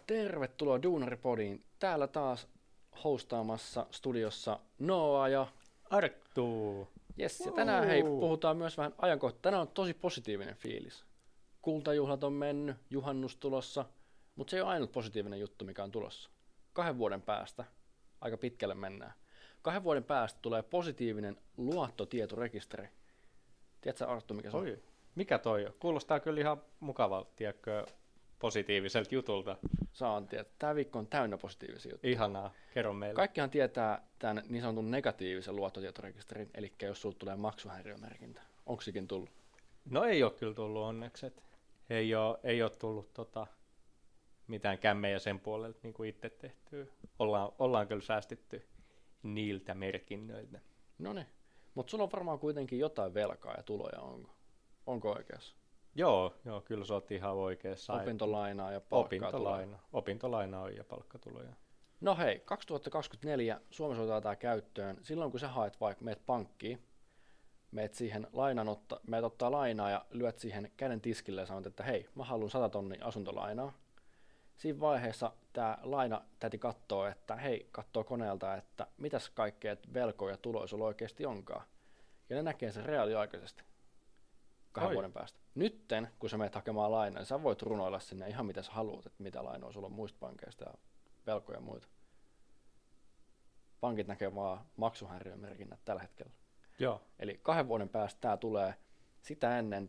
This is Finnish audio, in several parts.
Tervetuloa Duunaripodiin. Täällä taas hostaamassa studiossa Noa ja Arttu! Yes, ja tänään puhutaan myös vähän ajankohtaa. Tänään on tosi positiivinen fiilis. Kultajuhlat on mennyt, juhannus tulossa, mutta se ei ole ainut positiivinen juttu, mikä on tulossa. 2 vuoden päästä, aika pitkälle mennään, 2 vuoden päästä tulee positiivinen luottotietorekisteri. Tiedätkö Arttu, mikä se on? Oi, mikä toi on? Kuulostaa kyllä ihan mukavalta, tiedätkö, positiiviselta jutulta. Saan tietää. Tämä viikko on täynnä positiivisia juttuja. Ihanaa, kerro meille. Kaikkihan tietää tämän niin sanotun negatiivisen luottotietorekisterin, eli jos sinulle tulee maksuhäiriömerkintä. Onko sekin tullut? No ei ole kyllä tullut onneksi. Ei ole tullut mitään kämmejä sen puolelta niin kuin itse tehtyä. Ollaan kyllä säästetty niiltä merkinnöiltä. No niin, mutta sulla on varmaan kuitenkin jotain velkaa ja tuloja, onko? Onko oikeassa? Joo, kyllä sä oot ihan oikeassa. Opintolainaa ja palkkatuloja. Opintolainaa ja palkkatuloja. No hei, 2024 Suomessa otetaan tämä käyttöön. Silloin kun sä haet vaikka meet pankkiin, meet ottaa lainaa ja lyöt siihen käden tiskille ja sanot, että hei, mä haluan 100 000 asuntolainaa. Siinä vaiheessa tämä lainatäti katsoo koneelta, että mitäs kaikkea velkoja ja tuloja sulla oikeasti onkaan. Ja ne näkee sen reaaliaikaisesti 2 vuoden päästä. Nytten, kun sä menet hakemaan lainaa, niin sä voit runoilla sinne ihan mitä sä haluat, että mitä lainoa sulla on muista pankeista ja velkoja ja muita. Pankit näkee vaan maksuhäiriömerkinnät tällä hetkellä. Joo. Eli 2 vuoden päästä tämä tulee. Sitä ennen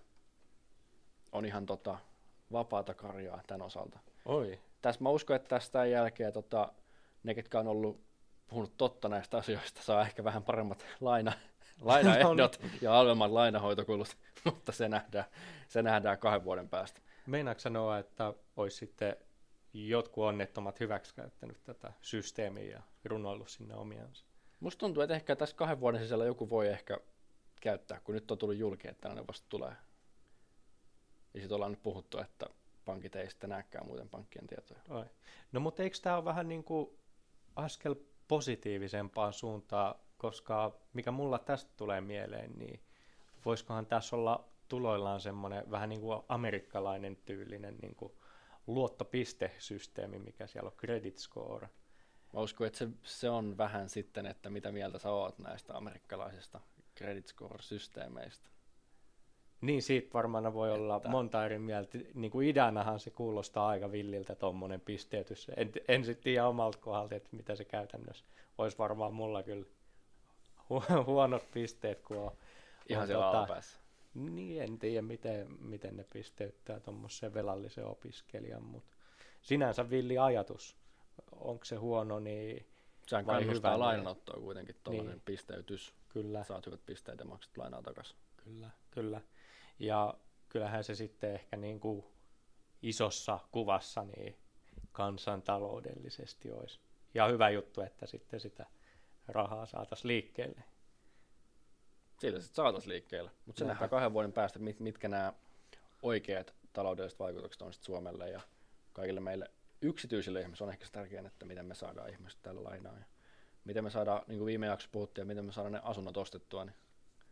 on ihan vapaata karjaa tämän osalta. Oi. Mä uskon, että tästä jälkeen ne, ketkä on puhunut totta näistä asioista, saa ehkä vähän paremmat lainaehdot ja halvemmat lainahoitokulut, mutta se nähdään 2 vuoden päästä. Meinaatko sanoa, että olisi sitten jotkut onnettomat hyväksikäyttänyt tätä systeemiä ja runoillut sinne omiansa? Musta tuntuu, että ehkä tässä 2 vuoden sisällä joku voi ehkä käyttää, kun nyt on tullut julki, että tällainen vasta tulee. Ja sitten ollaan nyt puhuttu, että pankit ei sitten näkään muuten pankkien tietoja. Oi. No mutta eikö tämä ole vähän niin kuin askel positiivisempaan suuntaan, koska mikä mulla tästä tulee mieleen, niin voisikohan tässä olla tuloillaan semmoinen vähän niin kuin amerikkalainen tyylinen niin kuin luottopistesysteemi, mikä siellä on credit score. Mä uskon, että se on vähän sitten, että mitä mieltä sä oot näistä amerikkalaisista credit score-systeemeistä. Niin, siitä varmaan voi olla monta eri mieltä. Niin kuin ideanahan se kuulostaa aika villiltä tuommoinen pisteytys. En sitten tiedä omalta kohdalta, että mitä se käytännössä olisi. Varmaan mulla kyllä huonot pisteet, kun on ihan siellä alapäässä. Niin, en tiedä, miten ne pisteyttää tuommoisen velallisen opiskelijan, mutta sinänsä villi ajatus. Onko se huono, niin sehän kannustaa lainanottoa kuitenkin tuollainen niin. Pisteytys. Kyllä. Saat hyvät pisteet ja maksat lainaa takaisin. Kyllä. Ja kyllähän se sitten ehkä niin kuin isossa kuvassa niin kansantaloudellisesti olisi. Ja hyvä juttu, että sitten sitä rahaa saataisiin liikkeelle. Siitä sitten saataisiin liikkeelle. Mutta se nähdään 2 vuoden päästä, mitkä nämä oikeat taloudelliset vaikutukset on sitten Suomelle ja kaikille meille yksityisille ihmisille. On ehkä se tärkein, että miten me saadaan ihmiset täällä lainaa. Ja miten me saadaan, niin kuin viime jaksossa puhuttiin, ja miten me saadaan ne asunnot ostettua, niin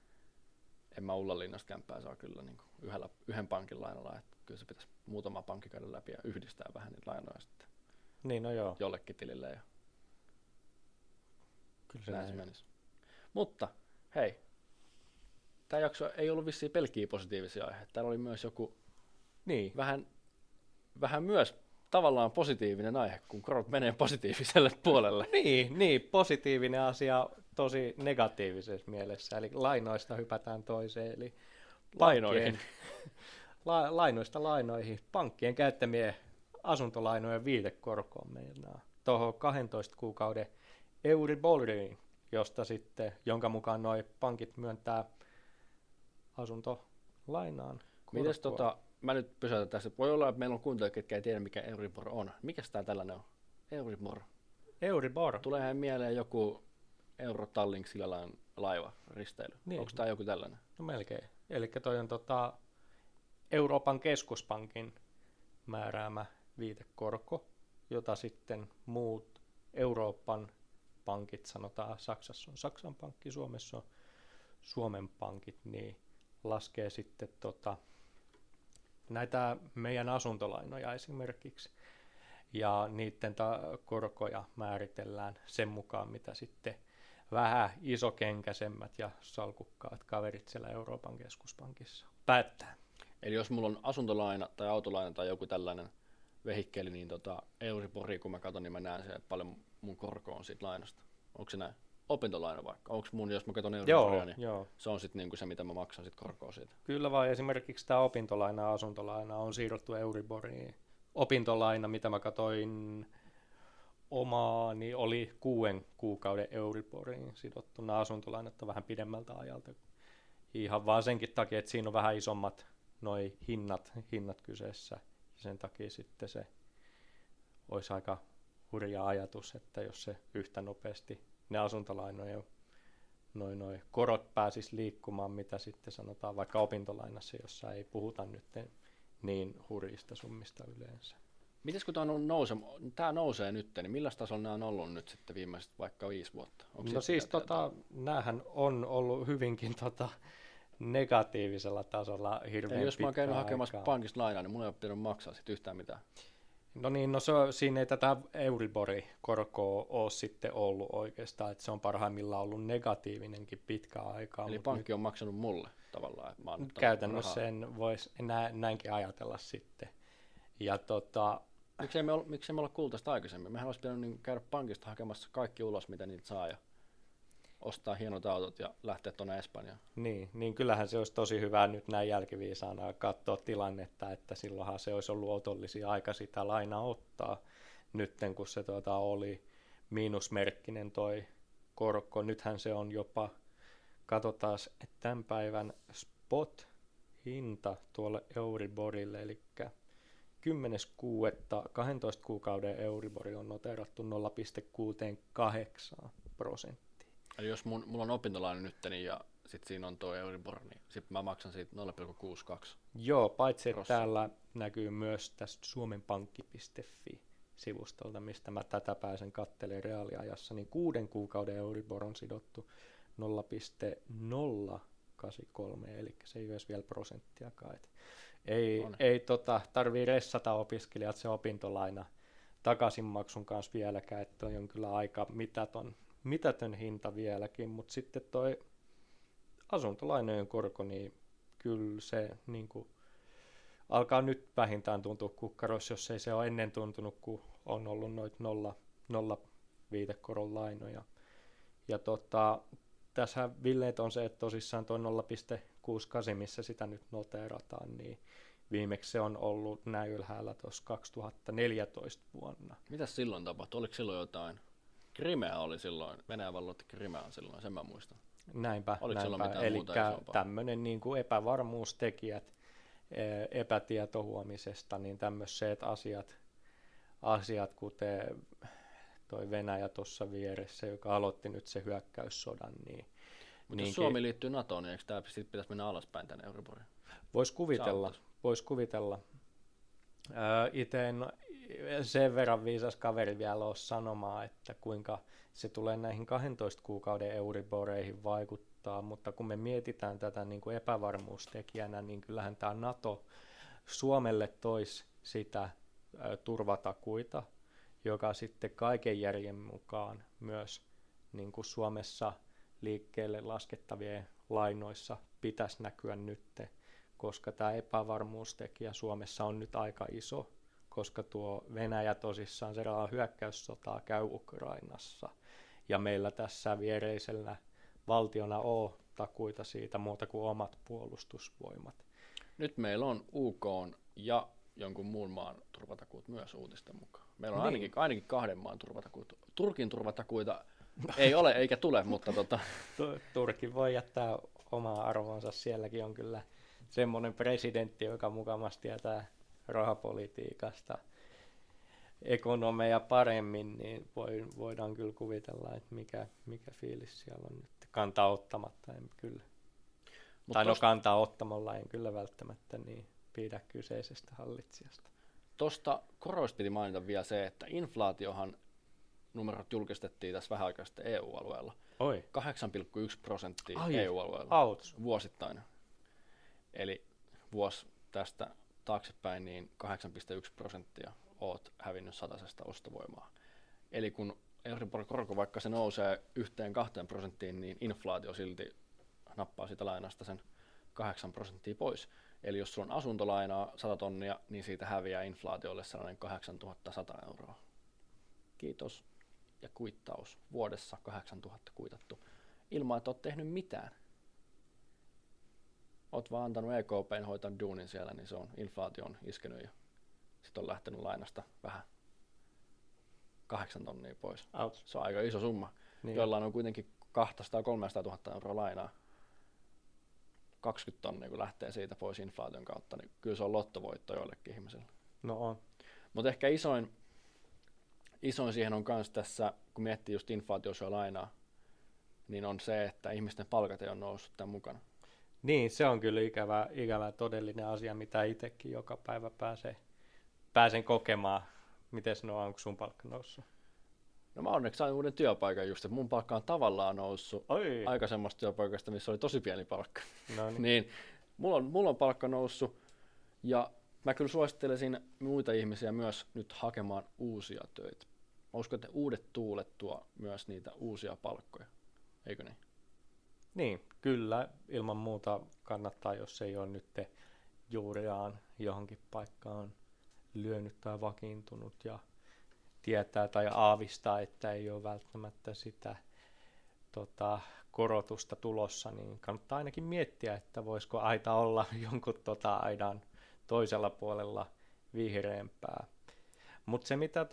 en mä Ullanlinnasta kämppää saa kyllä niin kuin yhden pankin lainalla, että kyllä se pitäisi muutama pankki käydä läpi ja yhdistää vähän niitä lainoja sitten niin, no joo. Jollekin tilille ja kyllä näin se menisi. Mutta hei, tämä jakso ei ollut vissiin pelkkiä positiivisia aiheita. Täällä oli myös joku vähän myös tavallaan positiivinen aihe, kun korot menee positiiviselle puolelle. niin, positiivinen asia tosi negatiivisessa mielessä, eli lainoista hypätään toiseen, eli lainoista lainoihin, pankkien käyttämien asuntolainojen viitekorkoon mennään tuohon 12 kuukauden Euriboriin, jonka mukaan nuo pankit myöntää asuntolainaan korkoa. Mites mä nyt pysäytän tässä. Voi olla, että meillä on kuuntelijoita, ketkä ei tiedä, mikä Euribor on. Mikäs tää tällainen on? Euribor. Tuleehan mieleen joku Euro-Tallink Siljalan laiva risteily. Niin. Onko tää joku tällainen? No melkein. Eli toi on Euroopan keskuspankin määräämä viitekorko, jota sitten muut Euroopan pankit, sanotaan Saksassa on Saksan pankki, Suomessa on Suomen pankit, niin laskee sitten näitä meidän asuntolainoja esimerkiksi. ja niiden korkoja määritellään sen mukaan, mitä sitten vähän isokenkäisemmät ja salkukkaat kaverit siellä Euroopan keskuspankissa päättää. Eli jos mulla on asuntolaina tai autolaina tai joku tällainen vehikkeli, niin Euribori, kun mä katson, niin mä näen se, paljon mun korko on siitä lainasta. Onko se näin? Opintolaina vaikka? Onko mun, jos mä katson Euriboria, niin se on sitten niinku se, mitä mä maksan sit korkoa siitä? Kyllä vaan esimerkiksi tämä opintolaina ja asuntolaina on siirretty Euriboriin. Opintolaina, mitä mä katsoin omaani, oli 6 kuukauden Euriboriin sidottuna. Asuntolainat on vähän pidemmältä ajalta. Ihan vaan senkin takia, että siinä on vähän isommat noi hinnat kyseessä. Sen takia sitten se olisi aika hurja ajatus, että jos se yhtä nopeasti ne asuntolainojen noi korot pääsis liikkumaan, mitä sitten sanotaan vaikka opintolainassa, jossa ei puhuta nyt niin hurjista summista yleensä. Mites kun tämä nousee nyt, niin millä tasolla nämä on ollut nyt sitten viimeiset vaikka 5 vuotta? No siis näähän on ollut hyvinkin negatiivisella tasolla hirveän jos mä oon käynyt aikaa. hakemassa pankista lainaa, niin mun ei ole pitänyt maksaa sit yhtään mitään. No niin, siinä ei tätä Euribori-korkoa ole sitten ollut oikeastaan, että se on parhaimmillaan ollut negatiivinenkin pitkään aikaa. Eli pankki on maksanut mulle tavallaan, että mä oon käytännössä sen voisi näinkin ajatella sitten. Ja miksei me olla kuultu tästä aikaisemmin? Mehän olisi pitänyt käydä pankista hakemassa kaikki ulos, mitä niitä saa, ja ostaa hienot autot ja lähteä tuonne Espanjaan. Niin kyllähän se olisi tosi hyvä nyt näin jälkiviisaana katsoa tilannetta, että silloinhan se olisi ollut otollisia aika sitä lainaa ottaa, nytten kun se oli miinusmerkkinen toi korko. Nythän se on jopa, katsotaan, että tämän päivän spot-hinta tuolle Euriborille, eli 10.6. 12 kuukauden Euribori on noterattu 0,68%. Eli jos mulla on opintolaina nyt ja sitten siinä on tuo Euribor, niin sitten mä maksan siitä 0,62. Joo, paitsi että täällä näkyy myös tästä suomenpankki.fi-sivustolta, mistä mä tätä pääsen katselemaan reaaliajassa, niin 6 kuukauden Euribor on sidottu 0,083, eli se ei ole vielä prosenttiakaan. Ei tarvii ressata opiskelijat se opintolaina takaisinmaksun kanssa vieläkään, että on kyllä aika mitätön hinta vieläkin, mutta sitten toi asuntolainojen korko, niin kyllä se niin kuin alkaa nyt vähintään tuntua kukkaroissa, jos ei se ole ennen tuntunut, kun on ollut noita nolla viitekoron lainoja. Ja tässä villeet on se, että tosissaan tuo 0,68, missä sitä nyt noteerataan, niin viimeksi se on ollut näin ylhäällä tuossa 2014 vuonna. Mitäs silloin tapahtui? Oliko silloin jotain? Krimea oli silloin, Venäjä valloitti Krimean silloin, sen mä muistan. Näinpä. Eli tämmöinen niin kuin epävarmuustekijät, epätieto huomisesta, niin tämmöiset asiat kuten toi Venäjä tuossa vieressä, joka aloitti nyt se hyökkäyssodan. Mutta jos Suomi liittyy NATOon, niin eikö tämä pitäisi mennä alaspäin tänne Euriboriin? Voisi kuvitella. Itse en sen verran viisas kaveri vielä ole sanomaan, että kuinka se tulee näihin 12 kuukauden Euriboreihin vaikuttaa, mutta kun me mietitään tätä niin kuin epävarmuustekijänä, niin kyllähän tämä NATO Suomelle toisi sitä turvatakuita, joka sitten kaiken järjen mukaan myös niin kuin Suomessa liikkeelle laskettavien lainoissa pitäisi näkyä nyt, koska tämä epävarmuustekijä Suomessa on nyt aika iso, koska tuo Venäjä tosissaan seuraava hyökkäyssotaa käy Ukrainassa, ja meillä tässä viereisellä valtiona on takuita siitä muuta kuin omat puolustusvoimat. Nyt meillä on UK ja jonkun muun maan turvatakuut myös uutisten mukaan. Meillä on ainakin 2 maan turvatakuut. Turkin turvatakuita ei ole eikä tule, mutta Turkki voi jättää omaa arvonsa. Sielläkin on kyllä semmoinen presidentti, joka mukavasti tietää rahapolitiikasta ekonomeja paremmin, niin voidaan kyllä kuvitella, että mikä fiilis siellä on nyt. Kantaa ottamatta en kyllä. Kantaa ottamalla en kyllä välttämättä niin pidä kyseisestä hallitsijasta. Tuosta koroista piti mainita vielä se, että inflaatiohan numerot julkistettiin tässä vähän aikaa sitten EU-alueella. 8,1% EU-alueella vuosittain. Eli vuosi tästä taaksepäin, niin 8,1% oot hävinnyt satasesta ostovoimaa. Eli kun Euribor-korko, vaikka se nousee 1-2%, niin inflaatio silti nappaa sitä lainasta sen 8% pois. Eli jos sulla on asuntolainaa 100 tonnia, niin siitä häviää inflaatiolle sellainen 8100 euroa. Kiitos. Ja kuittaus. Vuodessa 8000 kuitattu. Ilman, että oot tehnyt mitään. Oot vaan antanut EKP:n hoitaa duunin siellä, niin se on inflaation iskenyt ja sitten on lähtenyt lainasta vähän 8 tonnia pois. Ouch. Se on aika iso summa. Niin. Jollain on kuitenkin 200-300 000 euroa lainaa. 20 tonnia, kun lähtee siitä pois inflaation kautta, niin kyllä se on lottovoitto joillekin ihmisille. No on. Mutta ehkä isoin siihen on myös tässä, kun miettii just inflaatiossa lainaa, niin on se, että ihmisten palkat ei ole noussut tämän mukana. Niin, se on kyllä ikävä todellinen asia, mitä itsekin joka päivä pääsen kokemaan. Mites onko sun palkka noussut? No mä onneksi sain uuden työpaikan just, että mun palkka on tavallaan noussut aikaisemmasta työpaikasta, missä oli tosi pieni palkka. Niin, mulla on palkka noussut ja mä kyllä suosittelisin muita ihmisiä myös nyt hakemaan uusia töitä. Mä uskon, että uudet tuulet tuo myös niitä uusia palkkoja, eikö niin? Niin, kyllä. Ilman muuta kannattaa, jos ei ole nyt juuriaan johonkin paikkaan lyönyt tai vakiintunut ja tietää tai aavistaa, että ei ole välttämättä sitä korotusta tulossa, niin kannattaa ainakin miettiä, että voisiko aita olla jonkun aidan toisella puolella vihreämpää. Mutta se mitä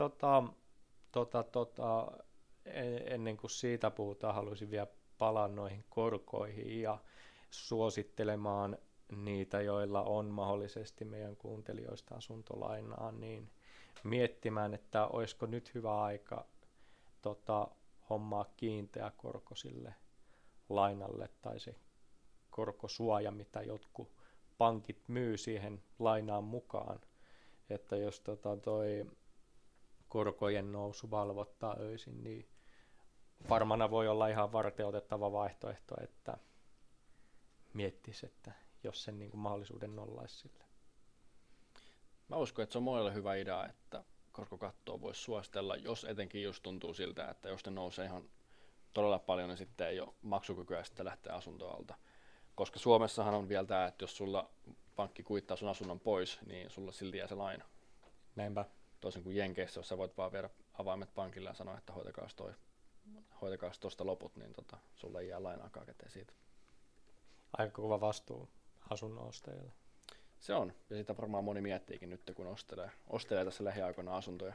ennen kuin siitä puhutaan, haluaisin vielä palaa noihin korkoihin ja suosittelemaan niitä, joilla on mahdollisesti meidän kuuntelijoista asuntolainaa, niin miettimään, että olisiko nyt hyvä aika hommaa kiinteä korko sille lainalle tai se korkosuoja, mitä jotkut pankit myy siihen lainaan mukaan, että jos toi korkojen nousu valvottaa öisin, niin varmana voi olla ihan varteutettava vaihtoehto, että miettisi, että jos sen niin kuin mahdollisuuden nollaisi sille. Mä uskon, että se on monelle hyvä idea, että korkokattoa voisi suositella, jos etenkin just tuntuu siltä, että jos ne nousee ihan todella paljon, niin sitten ei ole maksukykyä sitten lähteä asuntoalta. Koska Suomessahan on vielä tämä, että jos sulla pankki kuittaa sun asunnon pois, niin sulla silti jää se laina. Näinpä. Toisin kuin Jenkeissä, jos sä voit vaan viedä avaimet pankille ja sanoa, että hoitakaa tuosta loput, niin sulla ei jää lainaakaan käteen siitä. Aika kova vastuu asunnon ostajille. Se on, ja sitä varmaan moni miettiikin nyt, kun ostelee tässä lähiaikoina asuntoja.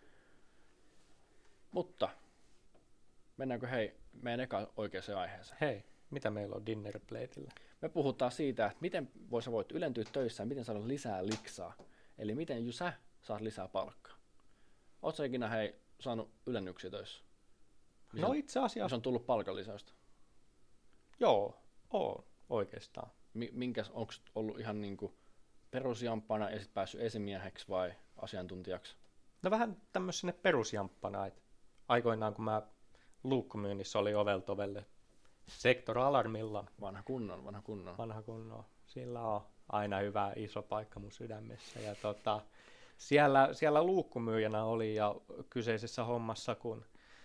Mutta mennäänkö meidän eka oikeaan aiheeseen? Hei, mitä meillä on dinnerplateillä? Me puhutaan siitä, että miten sä voit ylentyä töissä ja miten saada lisää liksaa. Eli miten sä saat lisää palkkaa. Ootko sä ikinä saanut ylennyksiä töissä? No itse asiassa. Jos on tullut palkanlisäystä? Joo, oikeastaan. Onko ollut ihan niinku perusjamppana ja sitten päässyt esimieheksi vai asiantuntijaksi? No vähän tämmöisenä perusjamppana, että aikoinaan kun mä luukkumyynnissä oli ovelta ovelle sektoralarmilla. Vanha kunnon. Sillä on aina hyvä iso paikka mun sydämessä. Ja siellä luukkumyyjänä oli ja kyseisessä hommassa, kun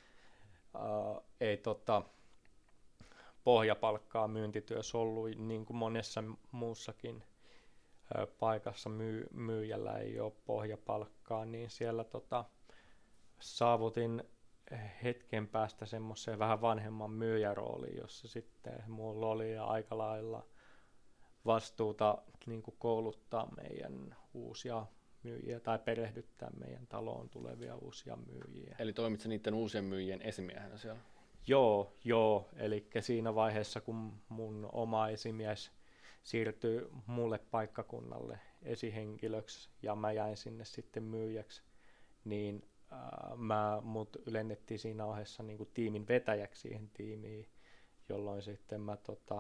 ei pohjapalkkaa myyntityössä ollut, niin kuin monessa muussakin paikassa myyjällä ei ole pohjapalkkaa, niin siellä saavutin hetken päästä semmoiseen vähän vanhemman myyjärooliin, jossa sitten mulla oli aika lailla vastuuta niin kuin kouluttaa meidän uusia myyjiä tai perehdyttää meidän taloon tulevia uusia myyjiä. Eli toimit sä niiden uusien myyjien esimiehenä siellä? Joo. Eli siinä vaiheessa, kun mun oma esimies siirtyi muulle paikkakunnalle esihenkilöksi ja mä jäin sinne sitten myyjäksi, niin mut ylennettiin siinä ohessa niin kuin tiimin vetäjäksi siihen tiimiin, jolloin sitten mä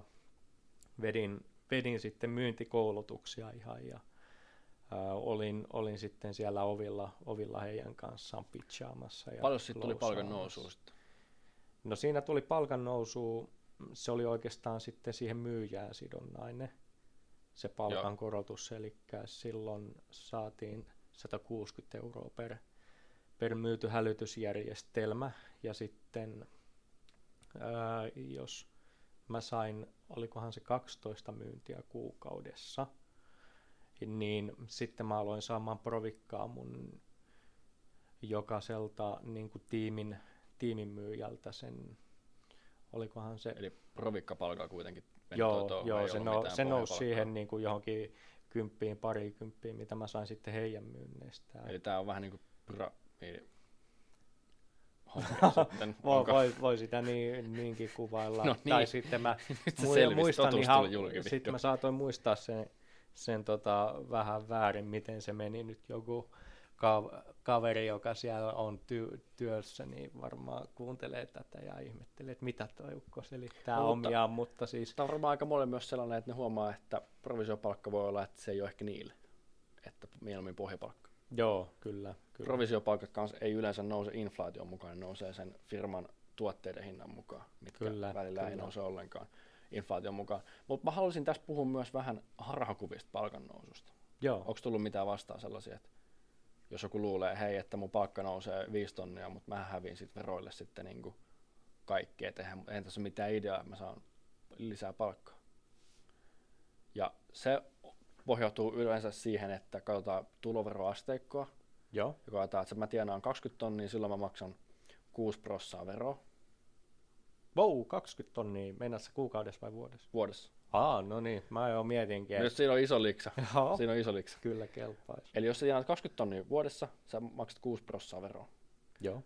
vedin sitten myyntikoulutuksia ihan ja olin sitten siellä ovilla heidän kanssaan pitchaamassa. Paljon sitten tuli palkan nousua sitten? No siinä tuli palkan nousu, se oli oikeastaan sitten siihen myyjään sidonnainen. se palkankorotus, eli silloin saatiin 160 € per myyty hälytysjärjestelmä, ja sitten jos mä sain, olikohan se 12 myyntiä kuukaudessa, niin sitten mä aloin saamaan provikkaa mun jokaiselta niin kuin tiimin myyjältä sen, olikohan se... Eli provikkapalkalla kuitenkin meni Joo, se nousi siihen niin kuin johonkin 10, parikymppiin, mitä mä sain sitten heidän myynneistä. Eli tää on vähän niin kuin voi sitä niinkin kuvailla. No niin. Tai sitten mä muistan sitten mä saatoin muistaa sen vähän väärin, miten se meni nyt joku kaveri, joka siellä on työssä, niin varmaan kuuntelee tätä ja ihmettelee, että mitä toi ukko selittää omiaan, mutta siis... Tämä on varmaan aika monelle myös sellainen, että ne huomaa, että provisiopalkka voi olla, että se ei ole ehkä niille, että mieluummin pohjapalkka. Joo, kyllä. Provisiopalkat kanssa ei yleensä nouse inflaation mukaan, ne nousee sen firman tuotteiden hinnan mukaan, mitkä välillä ei nouse ollenkaan inflaation mukaan. Mutta mä haluaisin tässä puhua myös vähän harhakuvista palkannoususta. Joo. Onko tullut mitään vastaan sellaisia, että jos joku luulee, hei, että mun palkka nousee 5 tonnia, mutta mä häviin sitten veroille sitten niin kuin kaikki, että eihän tässä ole mitään ideaa, että mä saan lisää palkkaa. Ja se pohjautuu yleensä siihen, että katsotaan tuloveroasteikkoa, Joo. joka ajattaa, että mä tienaan 20 tonnia, silloin mä maksan 6% veroa. Wow, 20 tonnia, mennässä kuukaudessa vai vuodessa? Vuodessa. No niin, mä jo mietinkin. Jos siinä on iso liksa. Joo. Siinä on iso liksa. Kyllä kelpaisi. Eli jos sä tienaat 20 tonnia vuodessa, sä maksat 6% veroa. Joo.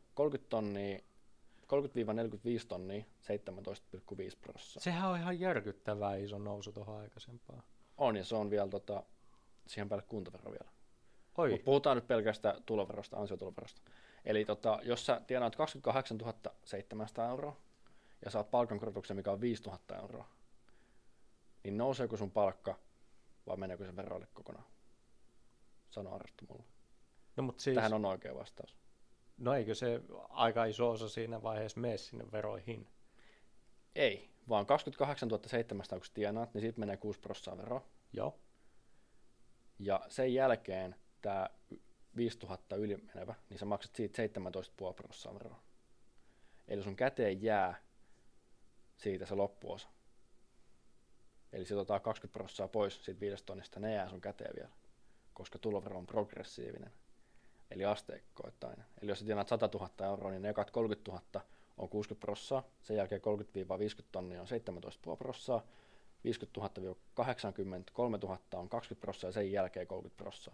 30-45 tonnia, 17,5%. Sehän on ihan järkyttävää iso nousu tuohon aikaisempaan. On, ja se on vielä siihen päälle kuntavero vielä. Oi. Mut puhutaan nyt pelkästään tuloverosta, ansiotuloverosta. Eli jos sä tienaat 28 700 € ja saat palkankorotuksen, mikä on 5 000 €, niin nouseeko sun palkka vai meneekö se veroille kokonaan? Sano Arttu mulle. No, mutta siis... Tähän on oikea vastaus. No eikö se aika iso osa siinä vaiheessa mene sinne veroihin? Ei, vaan 28 700 kun tienaat, niin siitä menee 6% veroa. Joo. Ja sen jälkeen tämä 5 000 yli menevä, niin sä maksat siitä 17,5% veroa. Eli sun käteen jää siitä se loppuosa. Eli sit otetaan 20% pois siitä 5 tonnista, ne jää sun käteen vielä, koska tulovero on progressiivinen, eli asteikkoittainen. Eli jos sä tienaat 100 000 €, niin ne ekat 30 000 on 60%, sen jälkeen 30-50 tonnia on 17,5%, 50 000-80, 3 000 on 20% ja sen jälkeen 30%.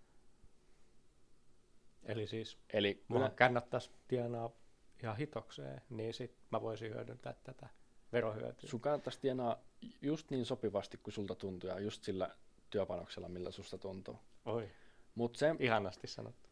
Eli siis mulla kannattaisi tienaa ihan hitokseen, niin sit mä voisin hyödyntää tätä verohyötyä. Sun kannattaisi tienaa just niin sopivasti kuin sulta tuntuu ja just sillä työpanoksella, millä susta tuntuu. Oi, ihanasti sanottu.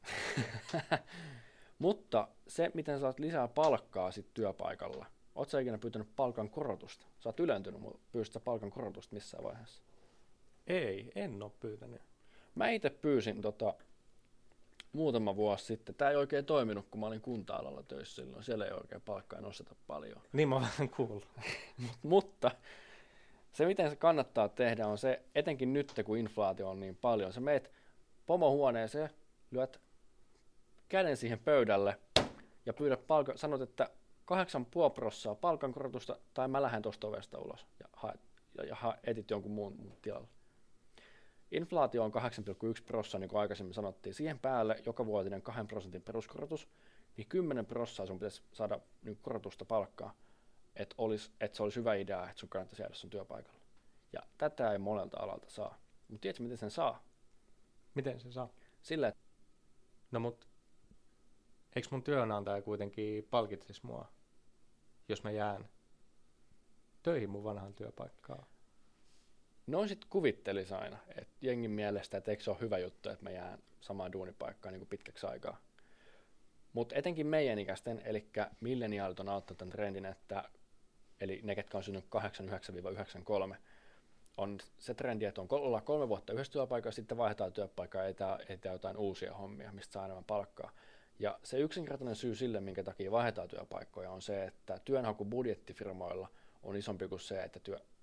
Mutta se, miten saat lisää palkkaa sit työpaikalla, oot sä ikinä pyytänyt palkan korotusta? Sä oot ylentynyt, mutta pyysit sä palkan korotusta missään vaiheessa? Ei, en ole pyytänyt. Mä itse pyysin muutama vuosi sitten. Tää ei oikein toiminut, kun mä olin kunta-alalla töissä silloin. Siellä ei oikein palkkaa nosteta paljon. Niin mä vähän kuullut. Mutta se, miten se kannattaa tehdä, on se, etenkin nyt, kun inflaatio on niin paljon. Sä meet pomohuoneeseen, lyöt käden siihen pöydälle ja pyydät sanot, että 8,5% palkankorotusta tai mä lähden tuosta ovesta ulos ja etit jonkun muun tilalle. Inflaatio on 8,1%, niin kuin aikaisemmin sanottiin. Siihen päälle joka vuotinen 2% peruskorotus, niin 10% sun pitäisi saada niin korotusta palkkaa, että se olisi hyvä idea, että sun kannattaisi jäädä sun työpaikalla. Ja tätä ei monelta alalta saa. Mutta tiedätkö, miten sen saa? Miten se saa? Sillä, että... No mut, eikö mun työnantaja kuitenkin palkitsisi mua, jos mä jään töihin mun vanhaan työpaikkaan? Noin sit kuvittelisi aina, että jengin mielestä, että eikö se ole hyvä juttu, että mä jään samaan duunipaikkaan niin kuin pitkäksi aikaa. Mutta etenkin meidän ikäisten, eli milleniaalit on auttanut tämän trendin, eli ne, ketkä on syntynyt 89-93, on se trendi, että ollaan 3 vuotta yhdessä työpaikassa, sitten vaihdetaan työpaikkaa, etää jotain uusia hommia, mistä saa enemmän palkkaa. Ja se yksinkertainen syy sille, minkä takia vaihdetaan työpaikkoja, on se, että työnhaku budjettifirmoilla on isompi kuin se, että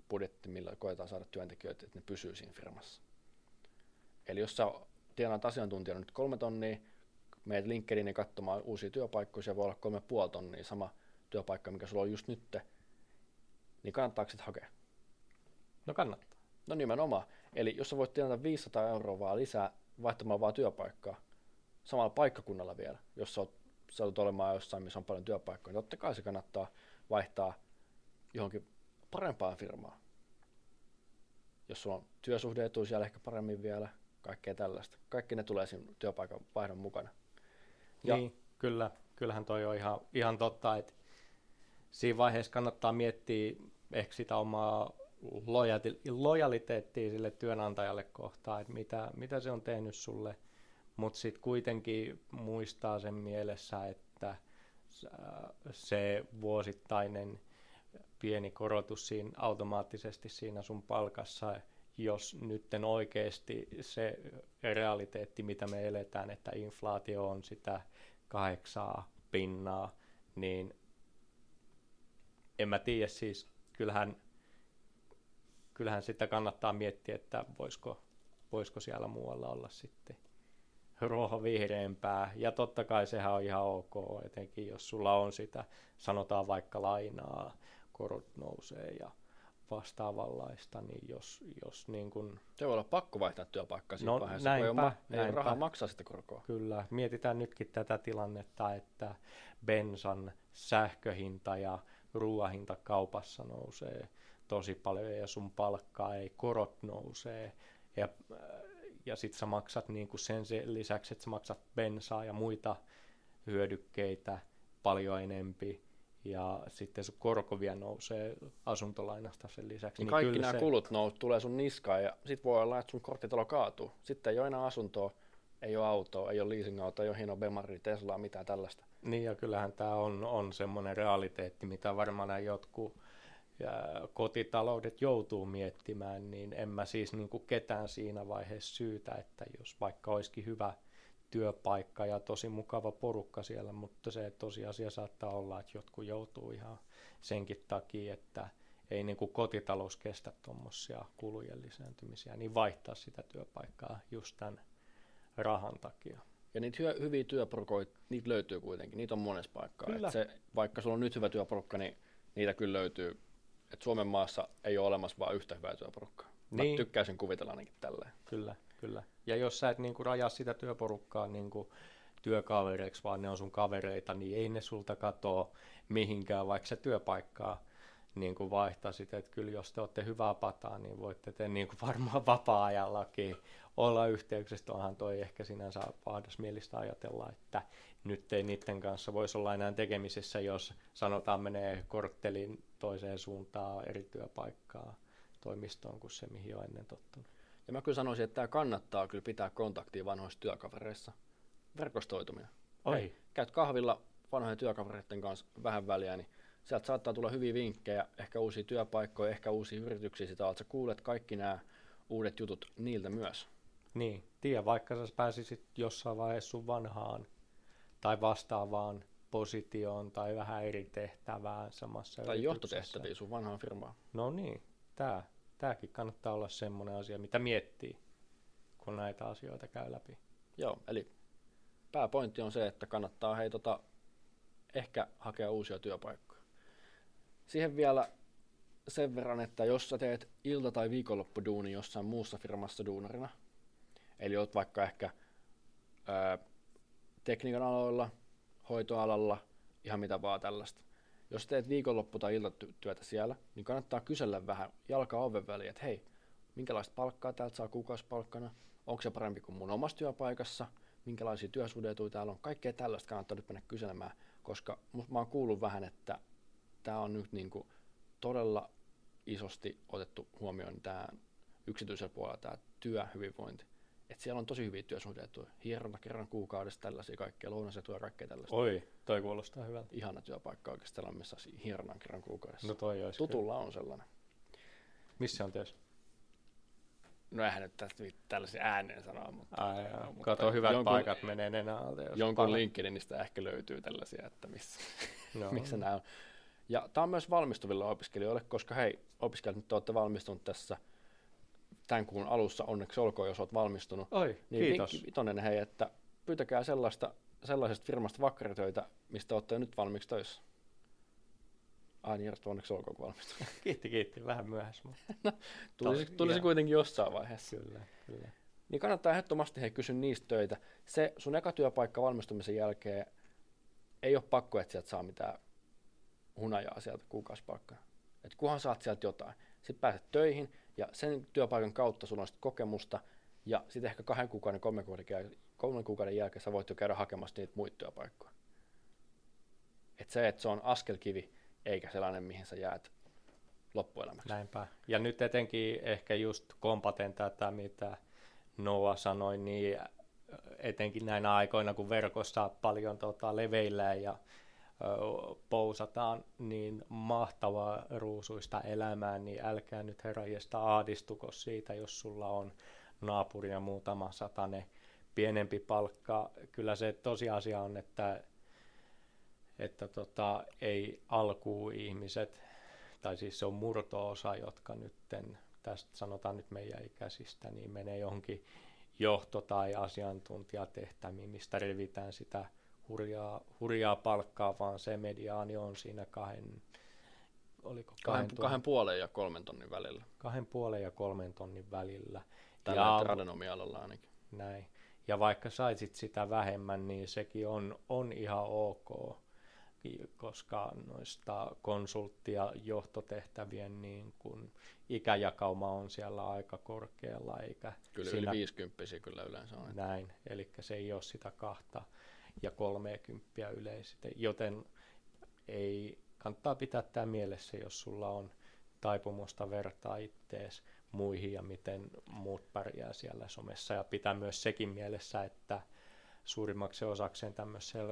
budjetti, millä koetaan saada työntekijöitä, että ne pysyy siinä firmassa. Eli jos sä tienaat asiantuntijana nyt 3 tonnia, meet LinkedInin katsomaan uusia työpaikkoja, se voi olla 3,5 tonnia, sama työpaikka, mikä sulla on just nyt, niin kannattaako sit hakea? No kannattaa. No nimenomaan. Eli jos sä voit tienata 500 euroa vaan lisää vaihtamaan vaan työpaikkaa, samalla paikkakunnalla vielä, jos sä oot olemaan jossain, missä on paljon työpaikkoja, niin totta kai se kannattaa vaihtaa johonkin parempaan firmaan. Jos sulla on työsuhde-etu siellä ehkä paremmin vielä, kaikkea tällaista. Kaikki ne tulee siinä työpaikan vaihdon mukana. Ja niin, kyllähän toi on ihan totta, että siinä vaiheessa kannattaa miettiä ehkä sitä omaa lojaliteettia sille työnantajalle kohtaan, että mitä se on tehnyt sulle, mutta sitten kuitenkin muistaa sen mielessä, että se vuosittainen pieni korotus siinä automaattisesti siinä sun palkassa, jos nytten oikeasti se realiteetti, mitä me eletään, että inflaatio on sitä 8%, niin en mä tiedä, siis kyllähän sitä kannattaa miettiä, että voisiko siellä muualla olla sitten ruohonvihreämpää, ja totta kai sehän on ihan ok, etenkin jos sulla on sitä, sanotaan vaikka lainaa, korot nousee ja vastaavanlaista, niin jos niin kun... Se voi olla pakko vaihtaa työpaikkaa siinä vaiheessa, kun ei ole rahaa maksaa sitä korkoa. Kyllä, mietitään nytkin tätä tilannetta, että bensan sähköhinta ja ruoahinta kaupassa nousee tosi paljon ja sun palkkaa ei, korot nousee ja sit sä maksat niin kuin sen lisäksi, että sä maksat bensaa ja muita hyödykkeitä paljon enempi ja sitten sun korko vielä nousee asuntolainasta sen lisäksi. Niin kaikki nämä kulut tulee sun niskaan ja sit voi olla, että sun korttitalo kaatuu. Sitten ei ole enää asuntoa, ei ole autoa, ei ole leasing-autoa, ei ole hienoa Bemaria, Teslaa, mitään tällaista. Niin ja kyllähän tämä on semmoinen realiteetti, mitä varmaan nämä jotkut kotitaloudet joutuu miettimään, niin en mä siis niin kuin ketään siinä vaiheessa syytä, että jos vaikka olisikin hyvä työpaikka ja tosi mukava porukka siellä, mutta se tosiasia saattaa olla, että jotkut joutuu ihan senkin takia, että ei niin kuin kotitalous kestä tuommoisia kulujen lisääntymisiä, niin vaihtaa sitä työpaikkaa just tämän rahan takia. Ja niitä hyviä työporukoita, niitä löytyy kuitenkin, niitä on monessa paikkaa. Vaikka sulla on nyt hyvä työporukka, niin niitä kyllä löytyy. Et Suomen maassa ei ole olemassa vain yhtä hyvää työporukkaa. Niin. Mä tykkäisin kuvitella ainakin tälleen. Kyllä. Ja jos sä et niinku rajaa sitä työporukkaa niinku työkavereiksi, vaan ne on sun kavereita, niin ei ne sulta katoa mihinkään, vaikka se työpaikkaa niinku vaihtaisit. Et kyllä jos te olette hyvää pataa, niin voitte te niinku varmaan vapaa-ajallakin olla yhteyksistä. Onhan toi ehkä sinänsä pahdasmielistä ajatella, että nyt ei niiden kanssa voisi olla enää tekemisissä, jos sanotaan menee korttelin toiseen suuntaan eri työpaikkaa toimistoon kuin se, mihin on ennen tottunut. Ja mä kyllä sanoisin, että tämä kannattaa kyllä pitää kontaktia vanhoissa työkavereissa. Verkostoituminen. Hei, käyt kahvilla vanhojen työkavereiden kanssa vähän väliä, niin sieltä saattaa tulla hyviä vinkkejä, ehkä uusia työpaikkoja, ehkä uusia yrityksiä sitä, että sä kuulet kaikki nämä uudet jutut niiltä myös. Niin, tiedä, vaikka sä pääsisit jossain vaiheessa sun vanhaan tai vastaavaan positioon tai vähän eri tehtävään samassa tai johtotehtäviä sun vanhaan firmaan. No niin, tääkin kannattaa olla semmoinen asia, mitä miettii, kun näitä asioita käy läpi. Joo, eli pääpointti on se, että kannattaa ehkä hakea uusia työpaikkoja. Siihen vielä sen verran, että jos sä teet ilta- tai viikonloppuduuni jossain muussa firmassa duunarina, eli oot vaikka ehkä tekniikan aloilla, hoitoalalla, ihan mitä vaan tällaista. Jos teet viikonloppu- tai iltatyötä siellä, niin kannattaa kysellä vähän jalkaa oven väliin, että hei, minkälaista palkkaa täältä saa kuukausipalkkana, onko se parempi kuin mun omassa työpaikassa, minkälaisia työsuhdeetuja täällä on, kaikkea tällaista kannattaa nyt mennä kyselemään, koska mä oon kuullut vähän, että tää on nyt niinku todella isosti otettu huomioon tää yksityisellä puolella tää työhyvinvointi. Että siellä on tosi hyviä työsuhteita, hieronta kerran kuukaudessa, tällaisia kaikkea, lounasetuja ja kaikkea tällaista. Oi, toi kuulostaa hyvältä. Ihana työpaikka oikeastaan, missä hieronnan kerran kuukaudessa. No toi olisi Tutulla kyllä on sellainen. Missä on töissä? No eihän nyt tästä tällaisia ääneen sanoa, mutta... Kato, hyvät paikat menee nenän alta. Jonkun LinkedInistä ehkä löytyy tällaisia, että missä nämä on. Ja tämä on myös valmistuville opiskelijoille, koska hei, opiskelijat nyt olette valmistunut tässä tämän kuun alussa, onneksi olkoon, jos olet valmistunut. Oi, niin kiitos. Vinkki vitonen, hei, että pyytäkää sellaisesta firmasta vakkaritöitä, mistä olette jo nyt valmiiksi töissä. Ai niin, onneksi olkoon, kun valmistunut. Kiitti, vähän myöhässä. Tulisi kuitenkin jossain vaiheessa. Kyllä. Niin kannattaa ehdottomasti kysyä niistä töitä. Se sun eka työpaikka valmistumisen jälkeen ei ole pakko, että sieltä saa mitään hunajaa sieltä kuukausipalkkana. Et kunhan saat sieltä jotain. Sitten pääset töihin ja sen työpaikan kautta sulla on sit kokemusta ja sitten ehkä 2 kuukauden, 3 kuukauden jälkeen sä voit jo käydä hakemassa niitä muita työpaikkoja. Että se on askelkivi eikä sellainen, mihin sä jäät loppuelämäksi. Näinpä. Ja nyt etenkin ehkä just kompaten tätä, mitä Noah sanoi, niin etenkin näinä aikoina, kun verkossa paljon leveillään ja pousataan niin mahtavaa ruusuista elämää, niin älkää nyt herranjestas ahdistuko siitä, jos sulla on naapuria muutama satanen pienempi palkka. Kyllä se tosiasia on, että ei alkuun ihmiset, tai siis se on murto-osa, jotka nytten, tästä sanotaan nyt meidän ikäisistä, niin menee johonkin johto- tai asiantuntijatehtämiin, mistä revitään sitä hurjaa palkkaa, vaan se mediaani on siinä 2,5 ja 3 tonnin välillä. 2,5 ja 3 tonnin välillä. Tällä tradenomialalla ainakin. Näin. Ja vaikka saisit sitä vähemmän, niin sekin on ihan ok, koska noista konsultti- ja johtotehtävien niin kun ikäjakauma on siellä aika korkealla. Eikä kyllä siinä, yli 50 kyllä yleensä on. Näin, eli se ei ole sitä 2 ja 30 yleisesti, joten ei kannattaa pitää tämä mielessä, jos sulla on taipumusta vertaa ittees muihin ja miten muut pärjää siellä somessa. Ja pitää myös sekin mielessä, että suurimmaksi osakseen tämmöisellä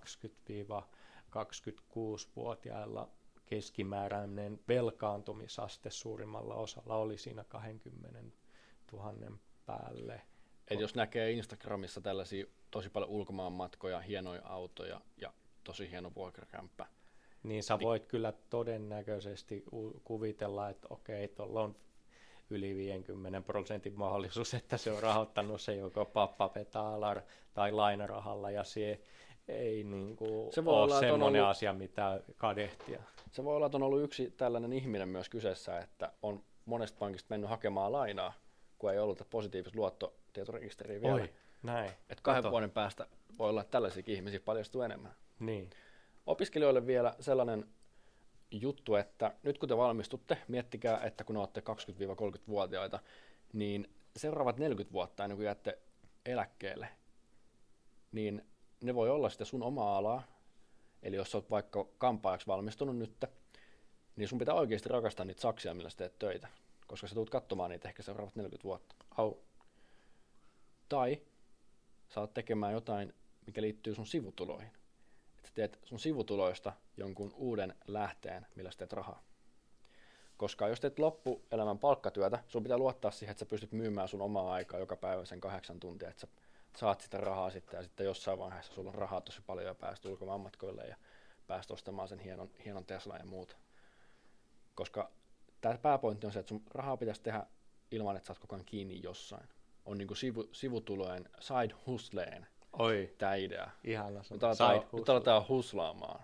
20-26-vuotiailla keskimääräinen velkaantumisaste suurimmalla osalla oli siinä 20 000 päälle. Et jos näkee Instagramissa tällaisia tosi paljon ulkomaanmatkoja, hienoja autoja ja tosi hieno vuokrakämppä. Niin sä voit kyllä todennäköisesti kuvitella, että okei, tuolla on yli 50% mahdollisuus, että se on rahoittanut se joko pappapetalar tai lainarahalla, ja se ei niinku ole semmoinen asia, mitä kadehtia. Se voi olla, että on ollut yksi tällainen ihminen myös kyseessä, että on monesta pankista mennyt hakemaan lainaa, kun ei ollut positiivista luottotietorekisteriä vielä. Oi, näin. Että 2 vuoden päästä voi olla, että tällaisiakin ihmisiä paljastuu enemmän. Niin. Opiskelijoille vielä sellainen juttu, että nyt kun te valmistutte, miettikää, että kun olette 20-30-vuotiaita, niin seuraavat 40 vuotta ennen kuin jäätte eläkkeelle, niin ne voi olla sitä sun omaa alaa. Eli jos olet vaikka kampaajaksi valmistunut nyt, niin sun pitää oikeasti rakastaa niitä saksia, millä sä teet töitä, koska sä tulet katsomaan niitä ehkä seuraavat 40 vuotta. Tai sä oot tekemään jotain, mikä liittyy sun sivutuloihin. Että sä teet sun sivutuloista jonkun uuden lähteen, millä sä teet rahaa. Koska jos teet loppuelämän palkkatyötä, sun pitää luottaa siihen, että sä pystyt myymään sun omaa aikaa joka päivä sen 8 tuntia, että sä saat sitä rahaa sitten, ja sitten jossain vaiheessa sulla on rahaa tosi paljon ja pääst ulkomaanmatkoille ja pääst ostamaan sen hienon Teslan ja muuta. Koska tämä pääpointti on se, että sun rahaa pitäisi tehdä ilman, että sä oot koko ajan kiinni jossain. On niinku sivutulojen, side hustleen tämä idea. Ihana nyt aletaan huslaamaan.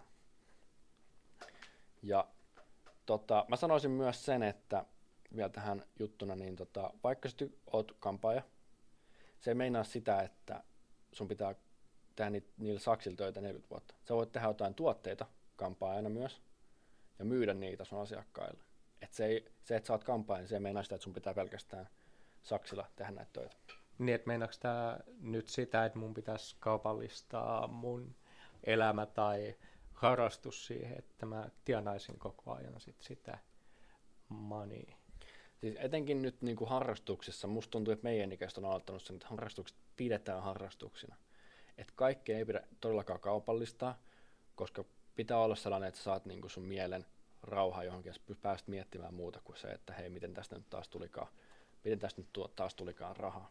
Ja mä sanoisin myös sen, että vielä tähän juttuna, niin vaikka sä oot kampaaja, se ei meinaa sitä, että sun pitää tehdä niillä saksilla töitä 40 vuotta. Sä voit tehdä jotain tuotteita kampaajana myös ja myydä niitä sun asiakkaille. Että sä oot kampaaja, niin se ei meinaa sitä, että sun pitää pelkästään saksilla tehdä näitä töitä. Niin, että meinaako tämä nyt sitä, että mun pitäisi kaupallistaa mun elämä tai harrastus siihen, että mä tienaisin koko ajan sitä money? Siis etenkin nyt niin kuin harrastuksissa, musta tuntuu, että meidän ikäiset on aloittanut sen, että harrastukset pidetään harrastuksina. Että kaikkea ei pidä todellakaan kaupallistaa, koska pitää olla sellainen, että sä saat niin kuin sun mielen rauha johonkin ja pääst miettimään muuta kuin se, että hei, miten tästä nyt taas tulikaan rahaa.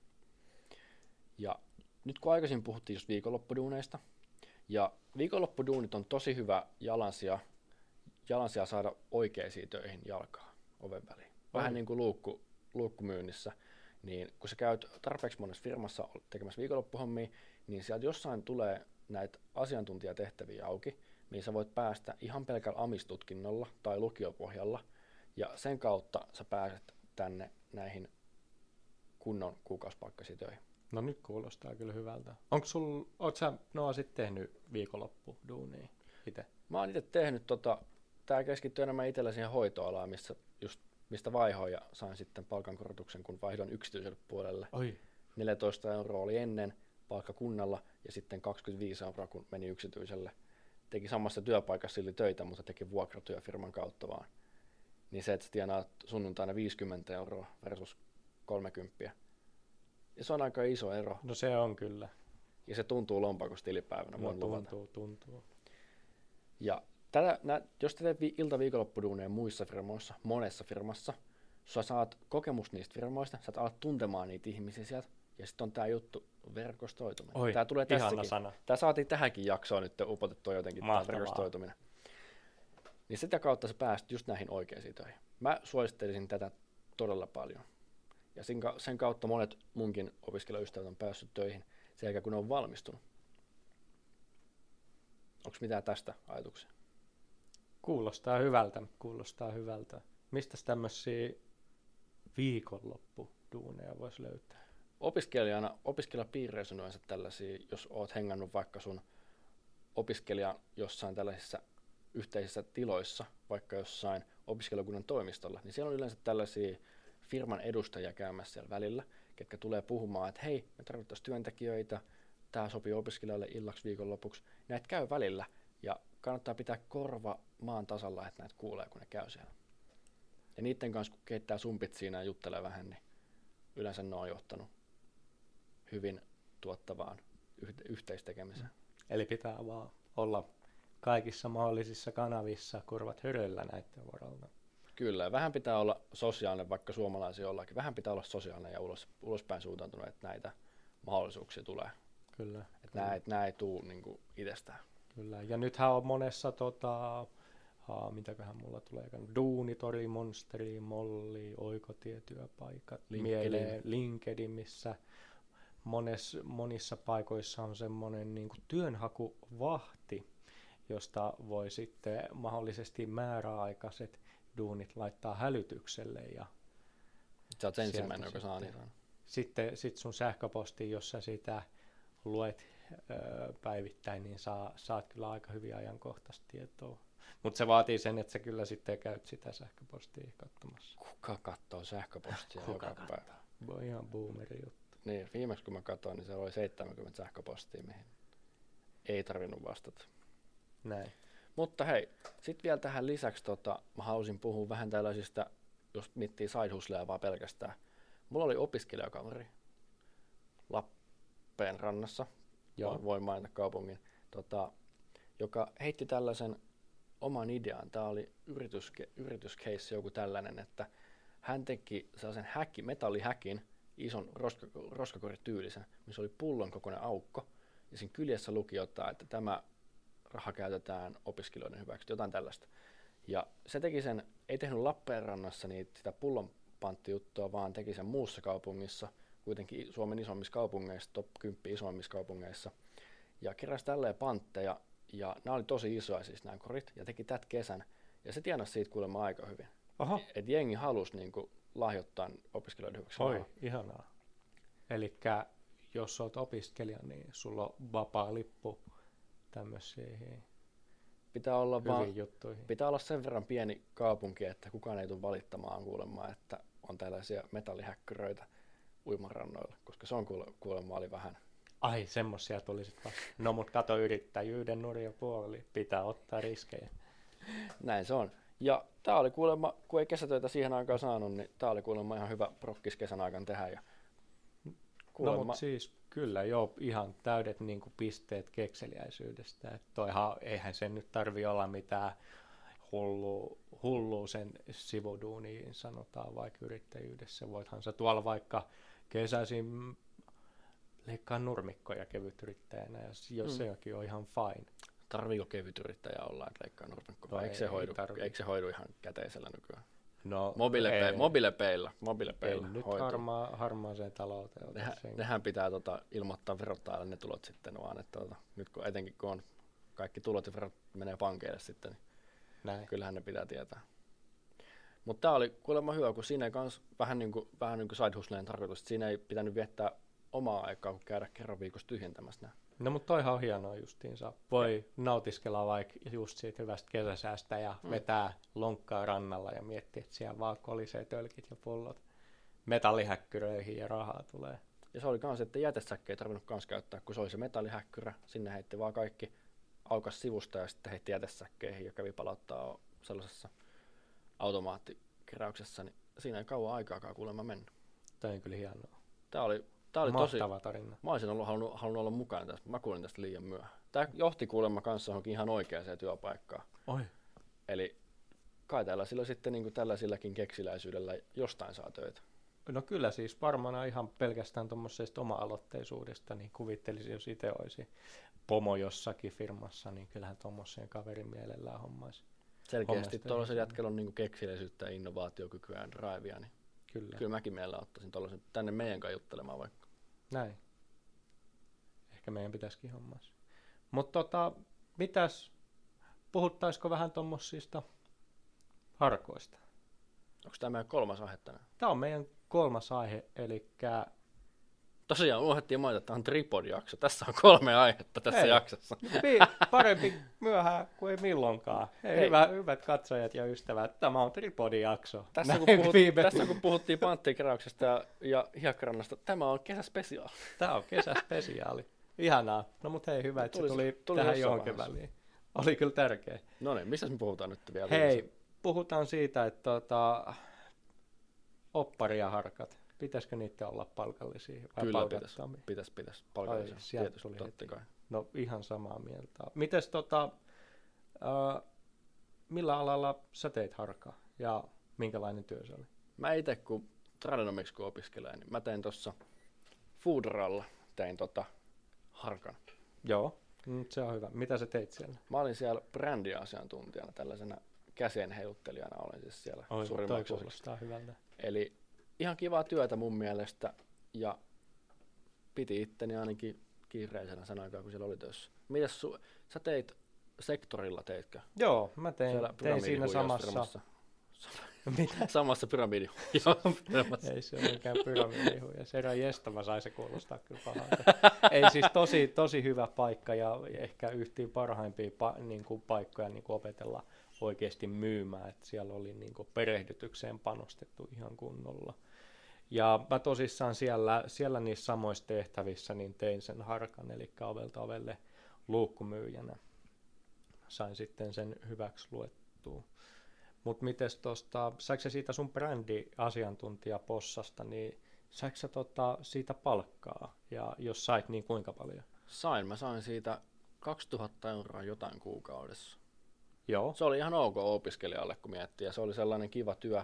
Ja nyt kun aikaisin puhuttiin just viikonloppuduuneista, ja viikonloppuduunit on tosi hyvä jalansija jalansijaa saada oikeisiin töihin jalkaa oven väliin. Vähän niin kuin luukkumyynnissä, niin kun sä käyt tarpeeksi monessa firmassa tekemässä viikonloppuhommia, niin sieltä jossain tulee näitä asiantuntijatehtäviä auki, niin sä voit päästä ihan pelkällä amistutkinnolla tai lukiopohjalla, ja sen kautta sä pääset tänne näihin kunnon kuukausipalkkaisiin töihin. No nyt kuulostaa kyllä hyvältä. Oot sä sit tehnyt viikonloppuduunia itse? Mä oon itse tehnyt tää keskittyy enemmän itsellä siihen hoitoalaan, mistä vaihoin ja sain sitten palkankorotuksen, kun vaihdoin yksityiselle puolelle. Oi. 14 euroa oli ennen palkka kunnalla ja sitten 25 euroa, kun meni yksityiselle. Teki samassa työpaikassa silti töitä, mutta teki vuokratyöfirman kautta vaan. Niin se, että sä tienaat sunnuntaina 50 euroa versus 30. Ja se on aika iso ero. No se on kyllä. Ja se tuntuu lompakosta tilipäivänä, voin luvata. Tuntuu. Ja jos te teet ilta-viikonloppuduuneja muissa firmoissa, monessa firmassa, sä saat kokemusta niistä firmoista, sä alat tuntemaan niitä ihmisiä sieltä, ja sitten on tää juttu verkostoituminen. Oi, tää tulee ihana tässäkin. sana. Tää saatiin tähänkin jaksoon nyt upotettua jotenkin, tää verkostoituminen. Niin sitä kautta sä pääst just näihin oikeisiin töihin. Mä suosittelisin tätä todella paljon. Ja sen kautta monet munkin opiskelijaystävät on päässyt töihin sen jälkeen, kun ne on valmistunut. Onko mitään tästä ajatuksia? Kuulostaa hyvältä. Mistäs tämmöisiä viikonloppuduuneja voisi löytää? Opiskelijapiireissä on yleensä tällaisia, jos oot hengannut vaikka sun opiskelijan jossain tällaisissa yhteisissä tiloissa, vaikka jossain opiskelijakunnan toimistolla, niin siellä on yleensä tällaisia firman edustajia käymässä siellä välillä, ketkä tulee puhumaan, että hei, me tarvittaisiin työntekijöitä, tämä sopii opiskelijoille illaksi viikonlopuksi. Näitä käy välillä ja kannattaa pitää korva maan tasalla, että näitä kuulee, kun ne käy siellä. Ja niiden kanssa, kun keittää sumpit siinä ja juttelee vähän, niin yleensä ne on johtanut hyvin tuottavaan yhteistekemiseen. Eli pitää vaan olla kaikissa mahdollisissa kanavissa korvat höröllä näiden varalta. Kyllä, ja vähän pitää olla sosiaalinen, vaikka suomalaisia ollakin. Vähän pitää olla sosiaalinen ja ulospäin suuntautunut, että näitä mahdollisuuksia tulee. Kyllä. Että nämä ei tule niin itsestään. Kyllä, ja nythän on monessa, mitäköhän mulla tulee, Duunitori, Monsteri, Molli, Oikotietyöpaikat, LinkedIn, missä monissa paikoissa on semmoinen niin kuin työnhakuvahti, josta voi sitten mahdollisesti määräaikaiset duunit laittaa hälytykselle. Ja sä oot ensimmäinen, joka saa niitä. Sitten sun sähköpostiin, jos sä sitä luet päivittäin, niin saat kyllä aika hyvin ajankohtaista tietoa. Mutta se vaatii sen, että sä kyllä sitten käyt sitä sähköpostia katsomassa. Kuka katsoo sähköpostia joka päivä? Ihan boomeri juttu. Niin, viimeksi kun mä katsoin, niin se oli 70 sähköpostia, mihin ei tarvinnut vastata. Näin. Mutta hei, sitten vielä tähän lisäksi mä halusin puhua vähän tällaisista, jos miettii side hustleja vaan pelkästään. Mulla oli opiskelijakaveri Lappeenrannassa, voin mainita kaupungin, joka heitti tällaisen oman idean. Tämä oli yrityscase, joku tällainen, että hän teki sellaisen metallihäkin, ison roskakorityylisen, missä oli pullon kokoinen aukko, ja siinä kyljessä luki jotain, että tämä raha käytetään opiskelijoiden hyväksi, jotain tällaista. Ja se teki sen, ei tehnyt Lappeenrannassa sitä pullonpanttijuttua, vaan teki sen muussa kaupungissa, kuitenkin Suomen isommissa kaupungeissa, top 10 isommissa kaupungeissa, ja keräsi tälleen pantteja, ja nämä oli tosi isoja siis nämä korit, ja teki tätä kesän, ja se tienasi siitä kuulemma aika hyvin. Että jengi halusi niinku lahjoittaa opiskelijoiden hyväksi. Oi, ihanaa. Elikkä jos olet opiskelija, niin sulla on vapaa lippu tämmöisiin hyviin juttuihin. Pitää olla sen verran pieni kaupunki, että kukaan ei tule valittamaan kuulemma, että on tällaisia metallihäkkyröitä uimarannoilla, koska se on kuulemma oli vähän. Ai, semmosia tuli sitten vasta. No mut kato, yrittäjyyden nurja puoli, pitää ottaa riskejä. Näin se on. Ja tää oli kuulemma, kun ei kesätöitä siihen aikaan saanut, niin tää oli kuulemma ihan hyvä prokkis kesän aikaan tehdä. Ja kuulemma. No mut siis kyllä joo, ihan täydet niinku pisteet kekseliäisyydestä. Et eihän sen nyt tarvi olla mitään hullua sen sivuduuniin, sanotaan vaikka yrittäjyydessä. Voithan sä tuolla vaikka kesäisin leikkaa nurmikkoja kevytyrittäjänä, ja jos sekin on ihan fine. Tarviiko kevyt yrittäjä olla, että leikkaa nurmikkoa? No Eikö se hoidu ihan käteisellä nykyään? No, Mobiilepeillä ei nyt hoituu. harmaaseen talouteen. Nehän pitää ilmoittaa verottajalle ne tulot sitten vaan, että nyt etenkin kun on kaikki tulot ja verot menee pankeille sitten, niin näin. Kyllähän ne pitää tietää. Mutta tämä oli kuulemma hyvä, kun siinä ei kans vähän niin kuin side hustleen tarkoitus, että siinä ei pitänyt viettää omaa aikaa, kun käydä kerran viikossa tyhjentämässä nämä. No mutta toihan on hienoa justiinsa. Voi nautiskella vaikka just siitä hyvästä kesäsäästä ja vetää lonkkaa rannalla ja miettiä, että siellä vaan kolisee tölkit ja pullot metallihäkkyröihin ja rahaa tulee. Ja se oli kans, että jätesäkkejä ei tarvinnut kans käyttää, kun se oli se metallihäkkyrä, sinne heitti vaan kaikki aukas sivusta ja sitten heitti jätesäkkeihin ja kävi palauttaa sellaisessa automaattikeräyksessä, niin siinä ei kauan aikaakaan kuulemma mennyt. Tämä on kyllä hienoa. Tämä oli mahtava tosi tarina. Mä olisin halunnut olla mukana tässä, mä kuulin tästä liian myöhään. Tämä johti kuulemma kanssa johonkin ihan oikeaan työpaikkaan. Oi. Eli kai tällaisilla sitten niin kuin tällaisilläkin keksiläisyydellä jostain saa töitä. No kyllä siis varmaan ihan pelkästään tuommoisesta oma-aloitteisuudesta, niin kuvittelisin, jos itse olisi pomo jossakin firmassa, niin kyllähän tuommoiseen kaverin mielellään hommaisi. Selkeästi tuollaisen jätkellä on niin keksiläisyyttä ja innovaatiokykyä ja drivea, niin kyllä mäkin mielellään ottaisin tuollaisen tänne meidän kanssa juttelemaan vaikka. Näin. Ehkä meidän pitäisikin hommassa. Mutta puhuttaisiko vähän tuommoisista harkoista? Onko tämä meidän 3. aihe tänään? Tämä on meidän 3. aihe, eli tosiaan unohdettiin mainita, että tämä on tripod-jakso. Tässä on 3 aihetta tässä jaksossa. Parempi myöhään kuin ei milloinkaan. Hei. Hyvät katsojat ja ystävät, tämä on tripod-jakso. Tässä kun puhuttiin panttiikeräyksestä ja hiekkarannasta, tämä on kesäspesiaali. Tämä on kesäspesiaali. Ihanaa. No mutta hei, hyvä, että se tuli tähän johonkin väliin. Oli kyllä tärkeä. No niin, mistä me puhutaan nyt vielä? Hei, puhutaan siitä, että oppari ja harkat. Pitäisikö niitä olla palkallisia vai kyllä pitäisi palkallisia. Tietysti, totta kai. No ihan samaa mieltä. Mites millä alalla sä teit harkaa ja minkälainen työ se oli? Mä itse kun tradenomics kun opiskelen, niin mä tein tuossa Foodralla tein harkan. Joo, se on hyvä. Mitä sä teit siellä? Mä olin siellä brändiasiantuntijana, tällaisena käsien heiluttelijana olin siis siellä suurimmaksi osasta. Eli ihan kivaa työtä mun mielestä ja piti itteni ainakin kiireisenä sen aikaa, kun siellä oli töissä. Mitäs sä teit sektorilla, teitkö? Joo, mä tein siinä samassa. Mitä? Samassa Ei se ole mikään pyramidihuija. Herran jesta, mä sain se kuulostaa kyllä pahalta. Ei siis tosi hyvä paikka ja ehkä yhtiin parhaimpia paikkoja opetella oikeasti myymään. Et siellä oli perehdytykseen panostettu ihan kunnolla. Ja mä tosissaan siellä niissä samoissa tehtävissä niin tein sen harkan, eli ovelta ovelle luukkumyyjänä. Sain sitten sen hyväksi luettua. Mutta mites saiko sä siitä sun brändiasiantuntijapossasta, niin saiko sä siitä palkkaa? Ja jos sait, niin kuinka paljon? Mä sain siitä 2000 € jotain kuukaudessa. Joo. Se oli ihan ok opiskelijalle, kun miettii, ja se oli sellainen kiva työ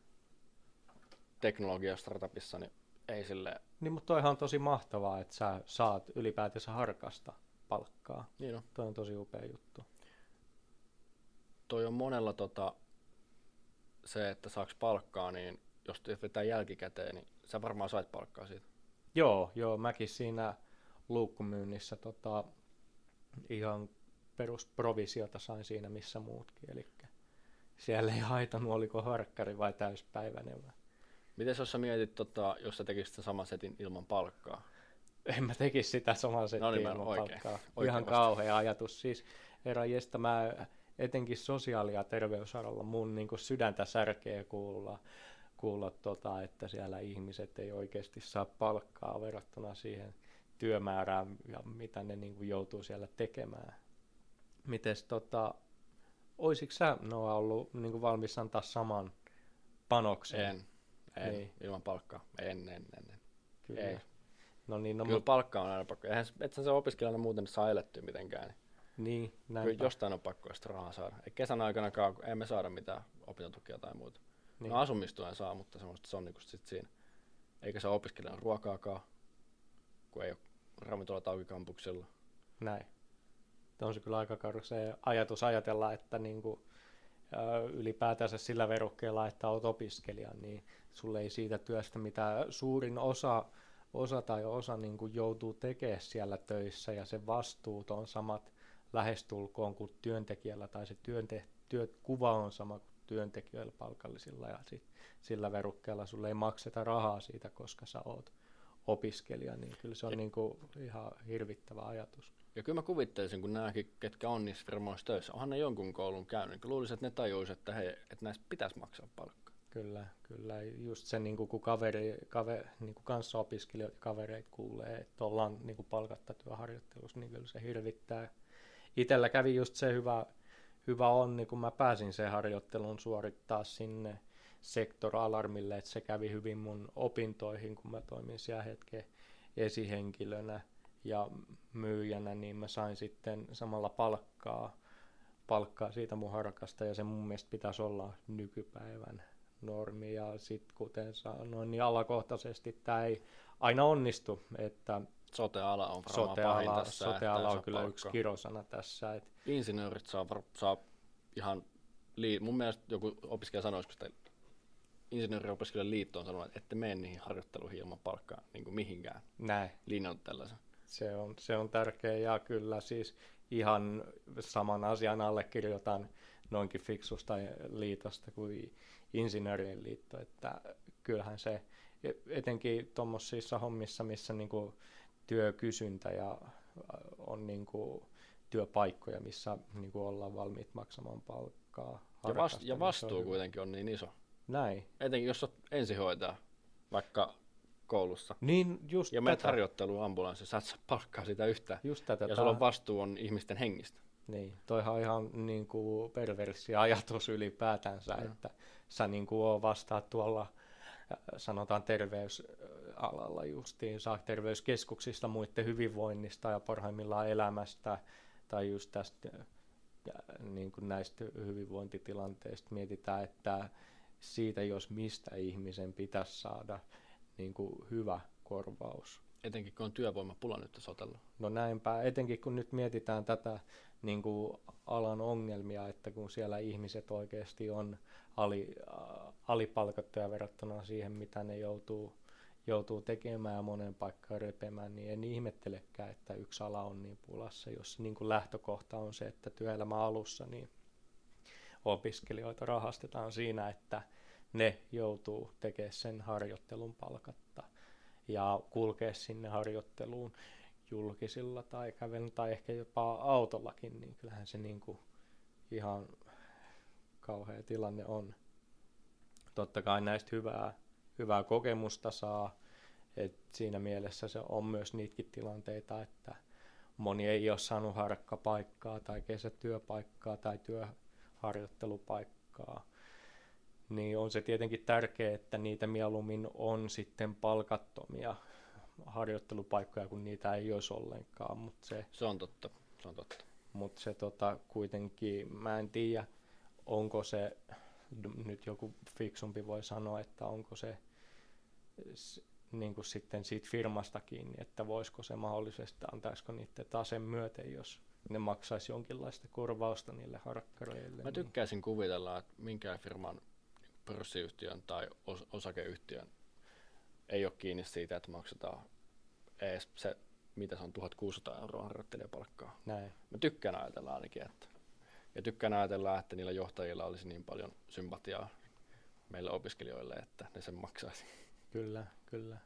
teknologia-startupissa, niin ei silleen. Niin, mutta toihan on tosi mahtavaa, että sä saat ylipäätänsä harkasta palkkaa. Niin on. Toi on tosi upea juttu. Toi on monella se, että saaks palkkaa, niin jos vetää jälkikäteen, niin sä varmaan sait palkkaa siitä. Joo, mäkin siinä luukkumyynnissä ihan perusprovisiota sain siinä missä muutkin, eli siellä ei haitannut, oliko harkkari vai täyspäiväinen. Mites jos sä mietit, jos sä tekisit sen saman setin ilman palkkaa? En mä tekisi sitä saman setin ilman palkkaa. Ihan kauhea ajatus. Siis herran jesta, mä etenkin sosiaali- ja terveysalalla mun sydäntä särkee kuulla että siellä ihmiset ei oikeasti saa palkkaa verrattuna siihen työmäärään ja mitä ne joutuu siellä tekemään. Mites oisitko sä Noa ollut valmis antaa saman panoksen? En. Niin. Ilman palkkaa. En. Kyllä. Ei. No, kyllä palkka on aina pakko. Ethän se opiskelijana muuten saa elettyä mitenkään. Niin, kyllä jostain on pakko sitä rahaa saada. Ei kesän aikanakaan, kun emme saada mitään opintotukia tai muuta. Niin. No asumistuen saa, mutta se on sit siinä. Eikä saa opiskelijana ruokaakaan, kun ei ole ravintolat auki kampuksella. Näin. On se kyllä aika karu se ajatus ajatella, että niin kuin, ylipäätänsä sillä verukkeella, että olet opiskelija, niin sulle ei siitä työstä, mitä suurin osa niin kuin joutuu tekemään siellä töissä, ja se vastuut on samat lähestulkoon kuin työntekijällä, tai se työkuva on sama kuin työntekijöillä palkallisilla, ja sillä verukkeella sulle ei makseta rahaa siitä, koska sä oot opiskelija, niin kyllä se on niin kuin ihan hirvittävä ajatus. Ja kyllä mä kuvittelisin, kun nämäkin, ketkä on niissä firmoissa töissä, onhan ne jonkun koulun käynyt, niin luulisin, että ne tajuisivat, että hei, että näistä pitäisi maksaa palkkaa. Kyllä. Just se, niin kuin, kun niin kuin kanssaopiskelijoita kavereita kuulee, että ollaan niin kuin palkatta työharjoittelussa, niin kyllä se hirvittää. Itellä kävi just se hyvä onni, kun mä pääsin sen harjoittelun suorittaa sinne sektor-alarmille, että se kävi hyvin mun opintoihin, kun mä toimin siellä hetken esihenkilönä ja myyjänä, niin mä sain sitten samalla palkkaa siitä mun harakasta, ja se mun mielestä pitäisi olla nykypäivän normi. Ja sitten kuten sanoin, niin alakohtaisesti tämä ei aina onnistu, että Sote-ala on varmaan pahin tässä. Sote-ala on kyllä yksi kirosana tässä. Että insinöörit saa ihan, mun mielestä joku opiskelija sanoisi, kun insinööriopiskelijan liitto on sanonut, että ette mene niihin harjoitteluihin ilman palkkaa niin kuin mihinkään. Näin. Linjannut tällaisen. Se on tärkeä, ja kyllä siis ihan saman asian allekirjoitan noinkin fiksusta liitosta kuin insinöörien liitto, että kyllähän se etenkin tuommoisissa hommissa, missä niinku työkysyntä ja on niinku työpaikkoja, missä niinku ollaan valmiit maksamaan palkkaa. Ja vastuu kuitenkin on niin iso. Näin. Etenkin jos olet ensihoitaja, vaikka koulussa. Niin just ja menet harjoitteluun ambulanssissa, sä et saa palkkaa sitä yhtään. Just tätä. Ja sulla on vastuu on ihmisten hengistä. Niin, toihan on ihan niin kuin perverssi ajatus ylipäätänsä, että sä niin kuin vastaat tuolla, sanotaan terveysalalla justiin, saa terveyskeskuksista muiden hyvinvoinnista ja parhaimmillaan elämästä, tai just tästä niin kuin näistä hyvinvointitilanteista mietitään, että siitä jos mistä ihmisen pitäisi saada niin kuin hyvä korvaus. Etenkin kun on työvoimapula nyt sotella. No näinpä, etenkin kun nyt mietitään tätä niin kuin alan ongelmia, että kun siellä ihmiset oikeasti on alipalkattuja verrattuna siihen, mitä ne joutuu tekemään ja monen paikkaan repemään, niin en ihmettelekään, että yksi ala on niin pulassa, jos niin kuin lähtökohta on se, että työelämän alussa niin opiskelijoita rahastetaan siinä, että ne joutuu tekemään sen harjoittelun palkatta ja kulkea sinne harjoitteluun julkisilla tai kävellä tai ehkä jopa autollakin, niin kyllähän se niin kuin ihan kauhea tilanne on. Totta kai näistä hyvää kokemusta saa, et siinä mielessä se on myös niitäkin tilanteita, että moni ei ole saanut harkkapaikkaa tai kesätyöpaikkaa tai työharjoittelupaikkaa. Niin on se tietenkin tärkeää, että niitä mieluummin on sitten palkattomia harjoittelupaikkoja, kun niitä ei olisi ollenkaan. Se on totta. Mutta se kuitenkin, mä en tiedä, onko se, nyt joku fiksumpi voi sanoa, että onko se niin kuin sitten siitä firmasta kiinni, että voisiko se mahdollisesti, antaisiko niiden taseen myöten, jos ne maksaisi jonkinlaista korvausta niille harkkareille. Mä tykkäisin kuvitella, että minkään firman pörssiyhtiön tai osakeyhtiön ei ole kiinni siitä, että maksetaan edes se, mitä se on, 1600 € harjoittelijapalkkaa. Näin. Mä tykkään ajatella ainakin, ja tykkään ajatella, että niillä johtajilla olisi niin paljon sympatiaa meille opiskelijoille, että ne sen maksaisi. Kyllä.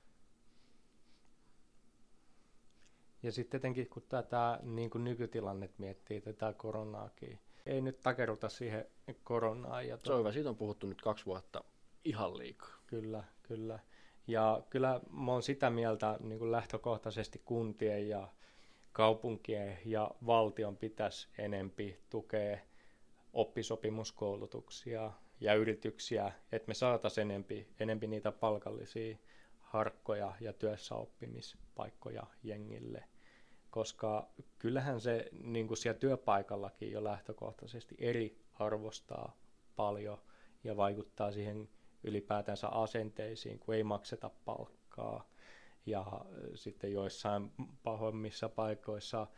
Ja sitten etenkin, kun tätä niin kuin nykytilannet miettii, tätä koronaakin, ei nyt takeruta siihen koronaan. Se on hyvä, siitä on puhuttu nyt 2 vuotta ihan liikaa. Kyllä. Ja kyllä mä oon sitä mieltä niin kuin lähtökohtaisesti kuntien ja kaupunkien ja valtion pitäisi enempi tukea oppisopimuskoulutuksia ja yrityksiä, että me saataisiin enempi niitä palkallisia harkkoja ja työssäoppimispaikkoja jengille. Koska kyllähän se niin kuin siellä työpaikallakin jo lähtökohtaisesti eri arvostaa paljon ja vaikuttaa siihen ylipäätänsä asenteisiin, kun ei makseta palkkaa. Ja sitten joissain pahoimmissa paikoissa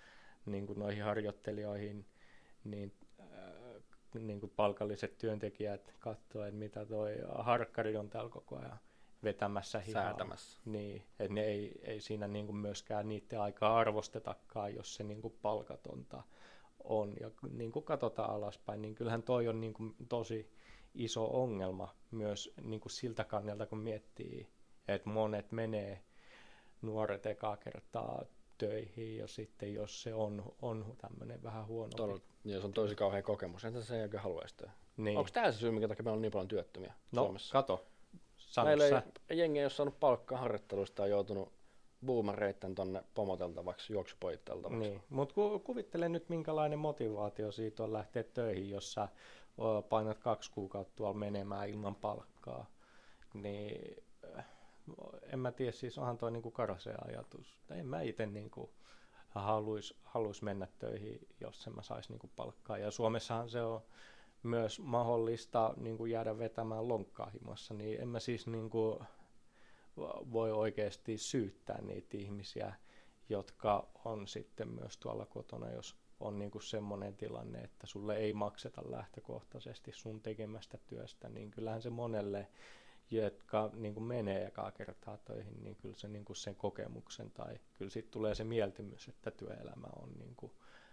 niin kuin noihin harjoittelijoihin, niin, niin kuin palkalliset työntekijät katsoo, että mitä toi harkkari on täällä koko ajan vetämässä hihaa. Säätämässä. Niin, että ne ei siinä niin kuin myöskään niiden aikaa arvostetakaan, jos se niin kuin palkatonta on. Ja niin kuin katsotaan alaspäin, niin kyllähän toi on niin kuin tosi iso ongelma myös niin kuin siltä kannalta, kun miettii, että monet menee nuoret ekaa kertaa töihin ja sitten jos se on tämmöinen vähän huono. Jos on tosi kauhea kokemus, entä sen jälkeen haluaisi tehdä? Niin. Onko tämä se syy, minkä takia meillä on niin paljon työttömiä Suomessa? Kato. Meillä ei jengi ole saanut palkkaa harjoittelusta ja joutunut boomereitten tonne pomoteltavaksi, juoksupojitteltavaksi. Niin, mutta kuvittele nyt minkälainen motivaatio siitä on lähteä töihin, jos sä painat 2 kuukautta tuolla menemään ilman palkkaa. Niin en mä tiedä, siis onhan toi niinku karasea ajatus. En mä itse niinku haluis mennä töihin, jos en mä sais niinku palkkaa. Ja Suomessahan se on myös mahdollista niinku jäädä vetämään lonkkaa himassa, niin en mä siis niinku voi oikeasti syyttää niitä ihmisiä, jotka on sitten myös tuolla kotona, jos on niinku semmoinen tilanne, että sulle ei makseta lähtökohtaisesti sun tekemästä työstä, niin kyllähän se monelle, jotka niinku menee ekaa kertaa töihin, niin kyllä se niinku sen kokemuksen tai kyllä siitä tulee se mieltymys, että työelämä on niinku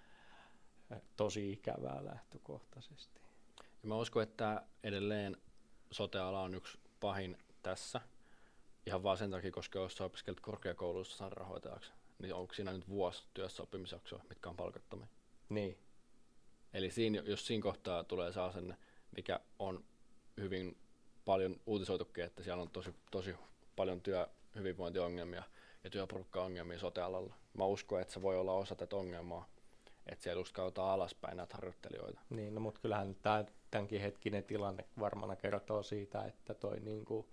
tosi ikävää lähtökohtaisesti. Ja mä uskon, että edelleen sote-ala on yksi pahin tässä. Ihan vaan sen takia, koska jos sä opiskelet korkeakoulussa sairaanhoitajaksi, niin onko siinä nyt vuosi työssäoppimisjaksoa, mitkä on palkattomia? Niin. Eli jos siinä kohtaa tulee se asenne, mikä on hyvin paljon uutisoitukin, että siellä on tosi paljon työhyvinvointiongelmia ja työporukkaongelmia sote-alalla. Mä uskon, että se voi olla osa tätä ongelmaa, että siellä just kautaan alaspäin näitä harjoittelijoita. Niin, no, mutta kyllähän tämänkin hetkinen tilanne varmana kertoo siitä, että toi niinku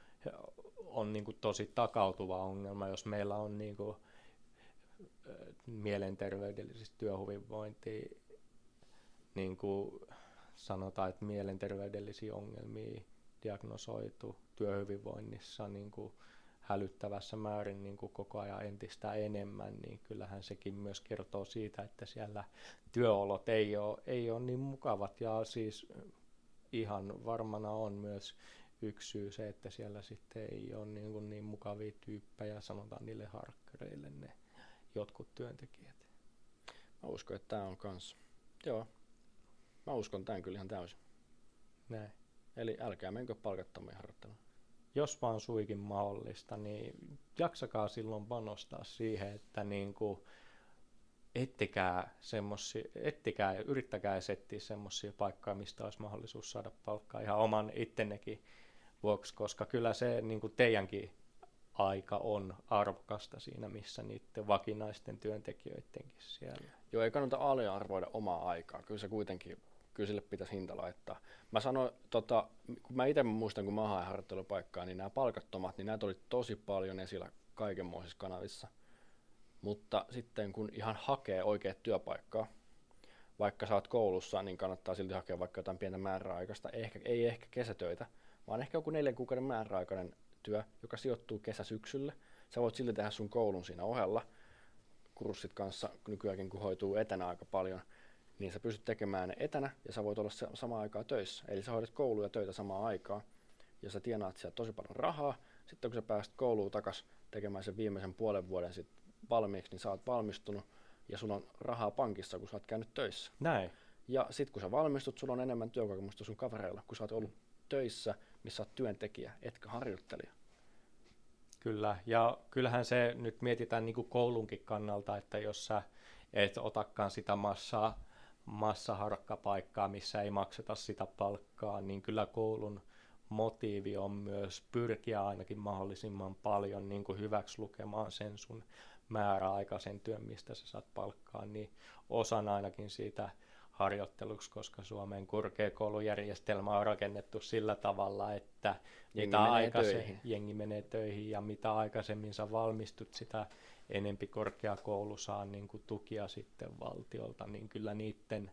on niinku tosi takautuva ongelma, jos meillä on niinku mielenterveydellisesti työhyvinvointia, niinku sanotaan, että mielenterveydellisiä ongelmia diagnosoitu työhyvinvoinnissa niinku hälyttävässä määrin niinku koko ajan entistä enemmän, niin kyllähän sekin myös kertoo siitä, että siellä työolot ei ole niin mukavat, ja siis ihan varmana on myös yksi syy se, että siellä sitten ei ole niin mukavia tyyppejä, sanotaan niille harkkareille ne jotkut työntekijät. Mä uskon, että tämä on kans. Joo, mä uskon tämän kyllä ihan täysin. Näin. Eli älkää menkö palkattomiin harjoitteluun. Jos vaan suikin mahdollista, niin jaksakaa silloin panostaa siihen, että niinku ettikää ja yrittäkää etsiä semmoisia paikkoja, mistä olisi mahdollisuus saada palkkaa ihan oman ittennekin vuoksi, koska kyllä se niin kuin teidänkin aika on arvokasta siinä, missä niiden vakinaisten työntekijöidenkin siellä. Joo, ei kannata aliarvoida omaa aikaa. Kyllä se kuitenkin, kyllä sille pitäisi hinta laittaa. Mä sanoin, kun mä itse muistan, kun mä hain harjoittelupaikkaa, niin nämä palkattomat, niin näitä oli tosi paljon esillä kaikenmoisissa kanavissa. Mutta sitten kun ihan hakee oikeat työpaikkaa, vaikka sä oot koulussa, niin kannattaa silti hakea vaikka jotain pientä määräaikaista, ei ehkä kesätöitä, vaan ehkä joku 4 kuukauden määräaikainen työ, joka sijoittuu kesä-syksylle. Sä voit silti tehdä sun koulun siinä ohella, kurssit kanssa nykyäänkin kun hoituu etänä aika paljon, niin sä pystyt tekemään ne etänä ja sä voit olla samaan aikaan töissä. Eli sä hoidat kouluja ja töitä samaan aikaan ja sä tienaat sieltä tosi paljon rahaa. Sitten kun sä pääset kouluun takas tekemään sen viimeisen puolen vuoden sit valmiiksi, niin sä oot valmistunut ja sulla on rahaa pankissa, kun sä oot käynyt töissä. Näin. Ja sit kun sä valmistut, sulla on enemmän työkokemusta sun kavereilla, kun sä oot ollut töissä, missä oot työntekijä, etkä harjoittelija. Kyllä, ja kyllähän se nyt mietitään niin kuin koulunkin kannalta, että jos sä et otakaan sitä massaharkkapaikkaa, missä ei makseta sitä palkkaa, niin kyllä koulun motiivi on myös pyrkiä ainakin mahdollisimman paljon niin kuin hyväksi lukemaan sen sun määräaikaisen työn, mistä sä saat palkkaa, niin osan ainakin siitä harjoitteluksi, koska Suomen korkeakoulujärjestelmä on rakennettu sillä tavalla, että jengi menee töihin ja mitä aikaisemmin sä valmistut, sitä enempi korkeakoulu saa niin kuin tukia sitten valtiolta, niin kyllä niiden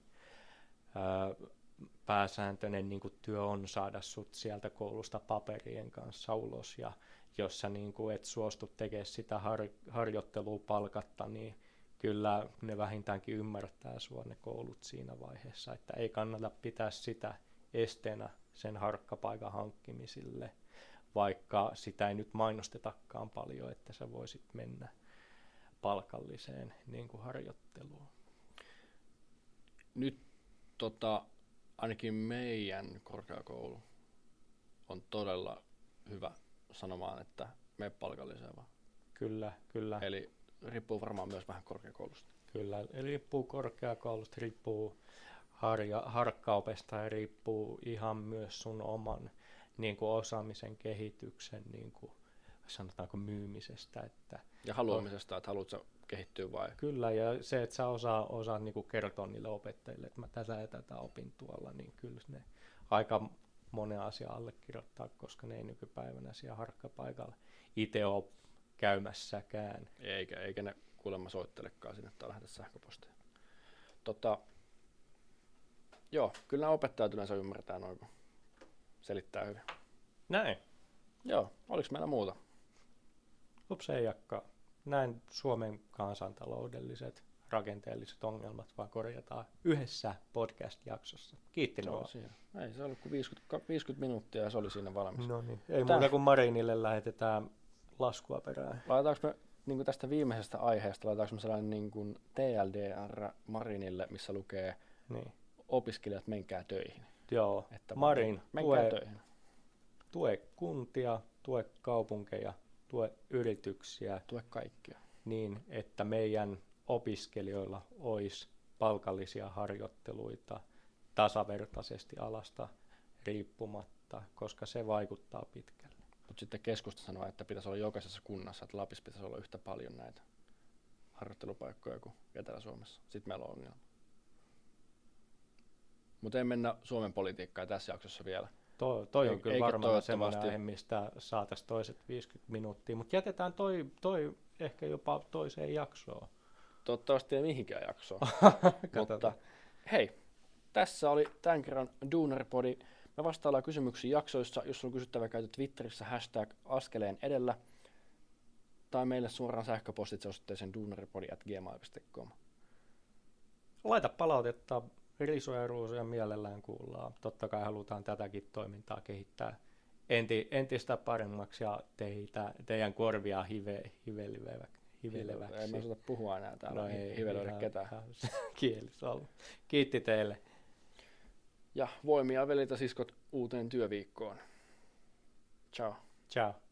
pääsääntöinen niin kuin työ on saada sut sieltä koulusta paperien kanssa ulos, ja jos sä niin kuin et suostu tekemään sitä harjoittelua palkatta, niin kyllä ne vähintäänkin ymmärtää sua ne koulut siinä vaiheessa, että ei kannata pitää sitä esteenä sen harkkapaikan hankkimisille, vaikka sitä ei nyt mainostetakaan paljon, että sä voisit mennä palkalliseen niin kuin harjoitteluun. Nyt ainakin meidän korkeakoulu on todella hyvä sanomaan, että mene palkalliseen vaan. Kyllä. Eli riippuu varmaan myös vähän korkeakoulusta. Kyllä, riippuu korkeakoulusta, riippuu harkkaopesta ja riippuu ihan myös sun oman niin kuin osaamisen kehityksen, niin kuin sanotaanko myymisestä. Ja haluamisesta, että haluatko kehittyä vai? Kyllä, ja se, että sä osaa niin kuin kertoa niille opettajille, että mä tätä opin tuolla, niin kyllä ne aika monen asian allekirjoittaa, koska ne ei nykypäivänä siellä harkkapaikalla itse ole käymässäkään. Eikä ne kuulemma soittelekaan sinne tai lähetä sähköpostia. Joo, kyllä nämä opettajat yleensä ymmärtää noin, kun selittää hyvin. Näin. Joo, oliko meillä muuta? Ei jakkaa. Näin Suomen kansantaloudelliset rakenteelliset ongelmat vaan korjataan yhdessä podcast-jaksossa. Kiitti Noa. Ei se ollut kuin 50 minuuttia ja se oli siinä valmis. No niin, ei muuta kuin Marinille lähetetään laskua perään. Laitetaanko me niin tästä viimeisestä aiheesta, laitetaanko me sellainen niin kuin TLDR Marinille, missä lukee niin. Opiskelijat menkää töihin. Joo, että Marin, menkää töihin. Tue kuntia, tue kaupunkeja, tue yrityksiä. Tue kaikkia. Niin, että meidän opiskelijoilla olisi palkallisia harjoitteluita tasavertaisesti alasta riippumatta, koska se vaikuttaa pitkälle. Mutta sitten keskusta sanoo, että pitäisi olla jokaisessa kunnassa, että Lapissa pitäisi olla yhtä paljon näitä harjoittelupaikkoja kuin Etelä-Suomessa. Sitten meillä on ongelma. Mutta ei mennä Suomen politiikkaan tässä jaksossa vielä. Toi on kyllä varmaan semmoinen aihe, mistä saataisiin toiset 50 minuuttia, mutta jätetään toi ehkä jopa toiseen jaksoon. Toivottavasti ei mihinkään jaksoon. Mutta hei, tässä oli tämän Duunaripodi. Me vastaillaan kysymyksiin jaksoissa. Jos on kysyttävää, käytä Twitterissä #askeleen edellä tai meille suoraan sähköpostitse osoitteeseen duunaripodi@gmail.com. Laita palautetta, risuja ja ruusuja mielellään kuullaan. Totta kai halutaan tätäkin toimintaa kehittää entistä paremmaksi ja teidän korvia hiveleväksi. Ei me osata puhua enää täällä, hivelöidä ketään. Kielisolmu. Kiitti teille. Ja voimia velitä siskot uuteen työviikkoon. Ciao. Ciao.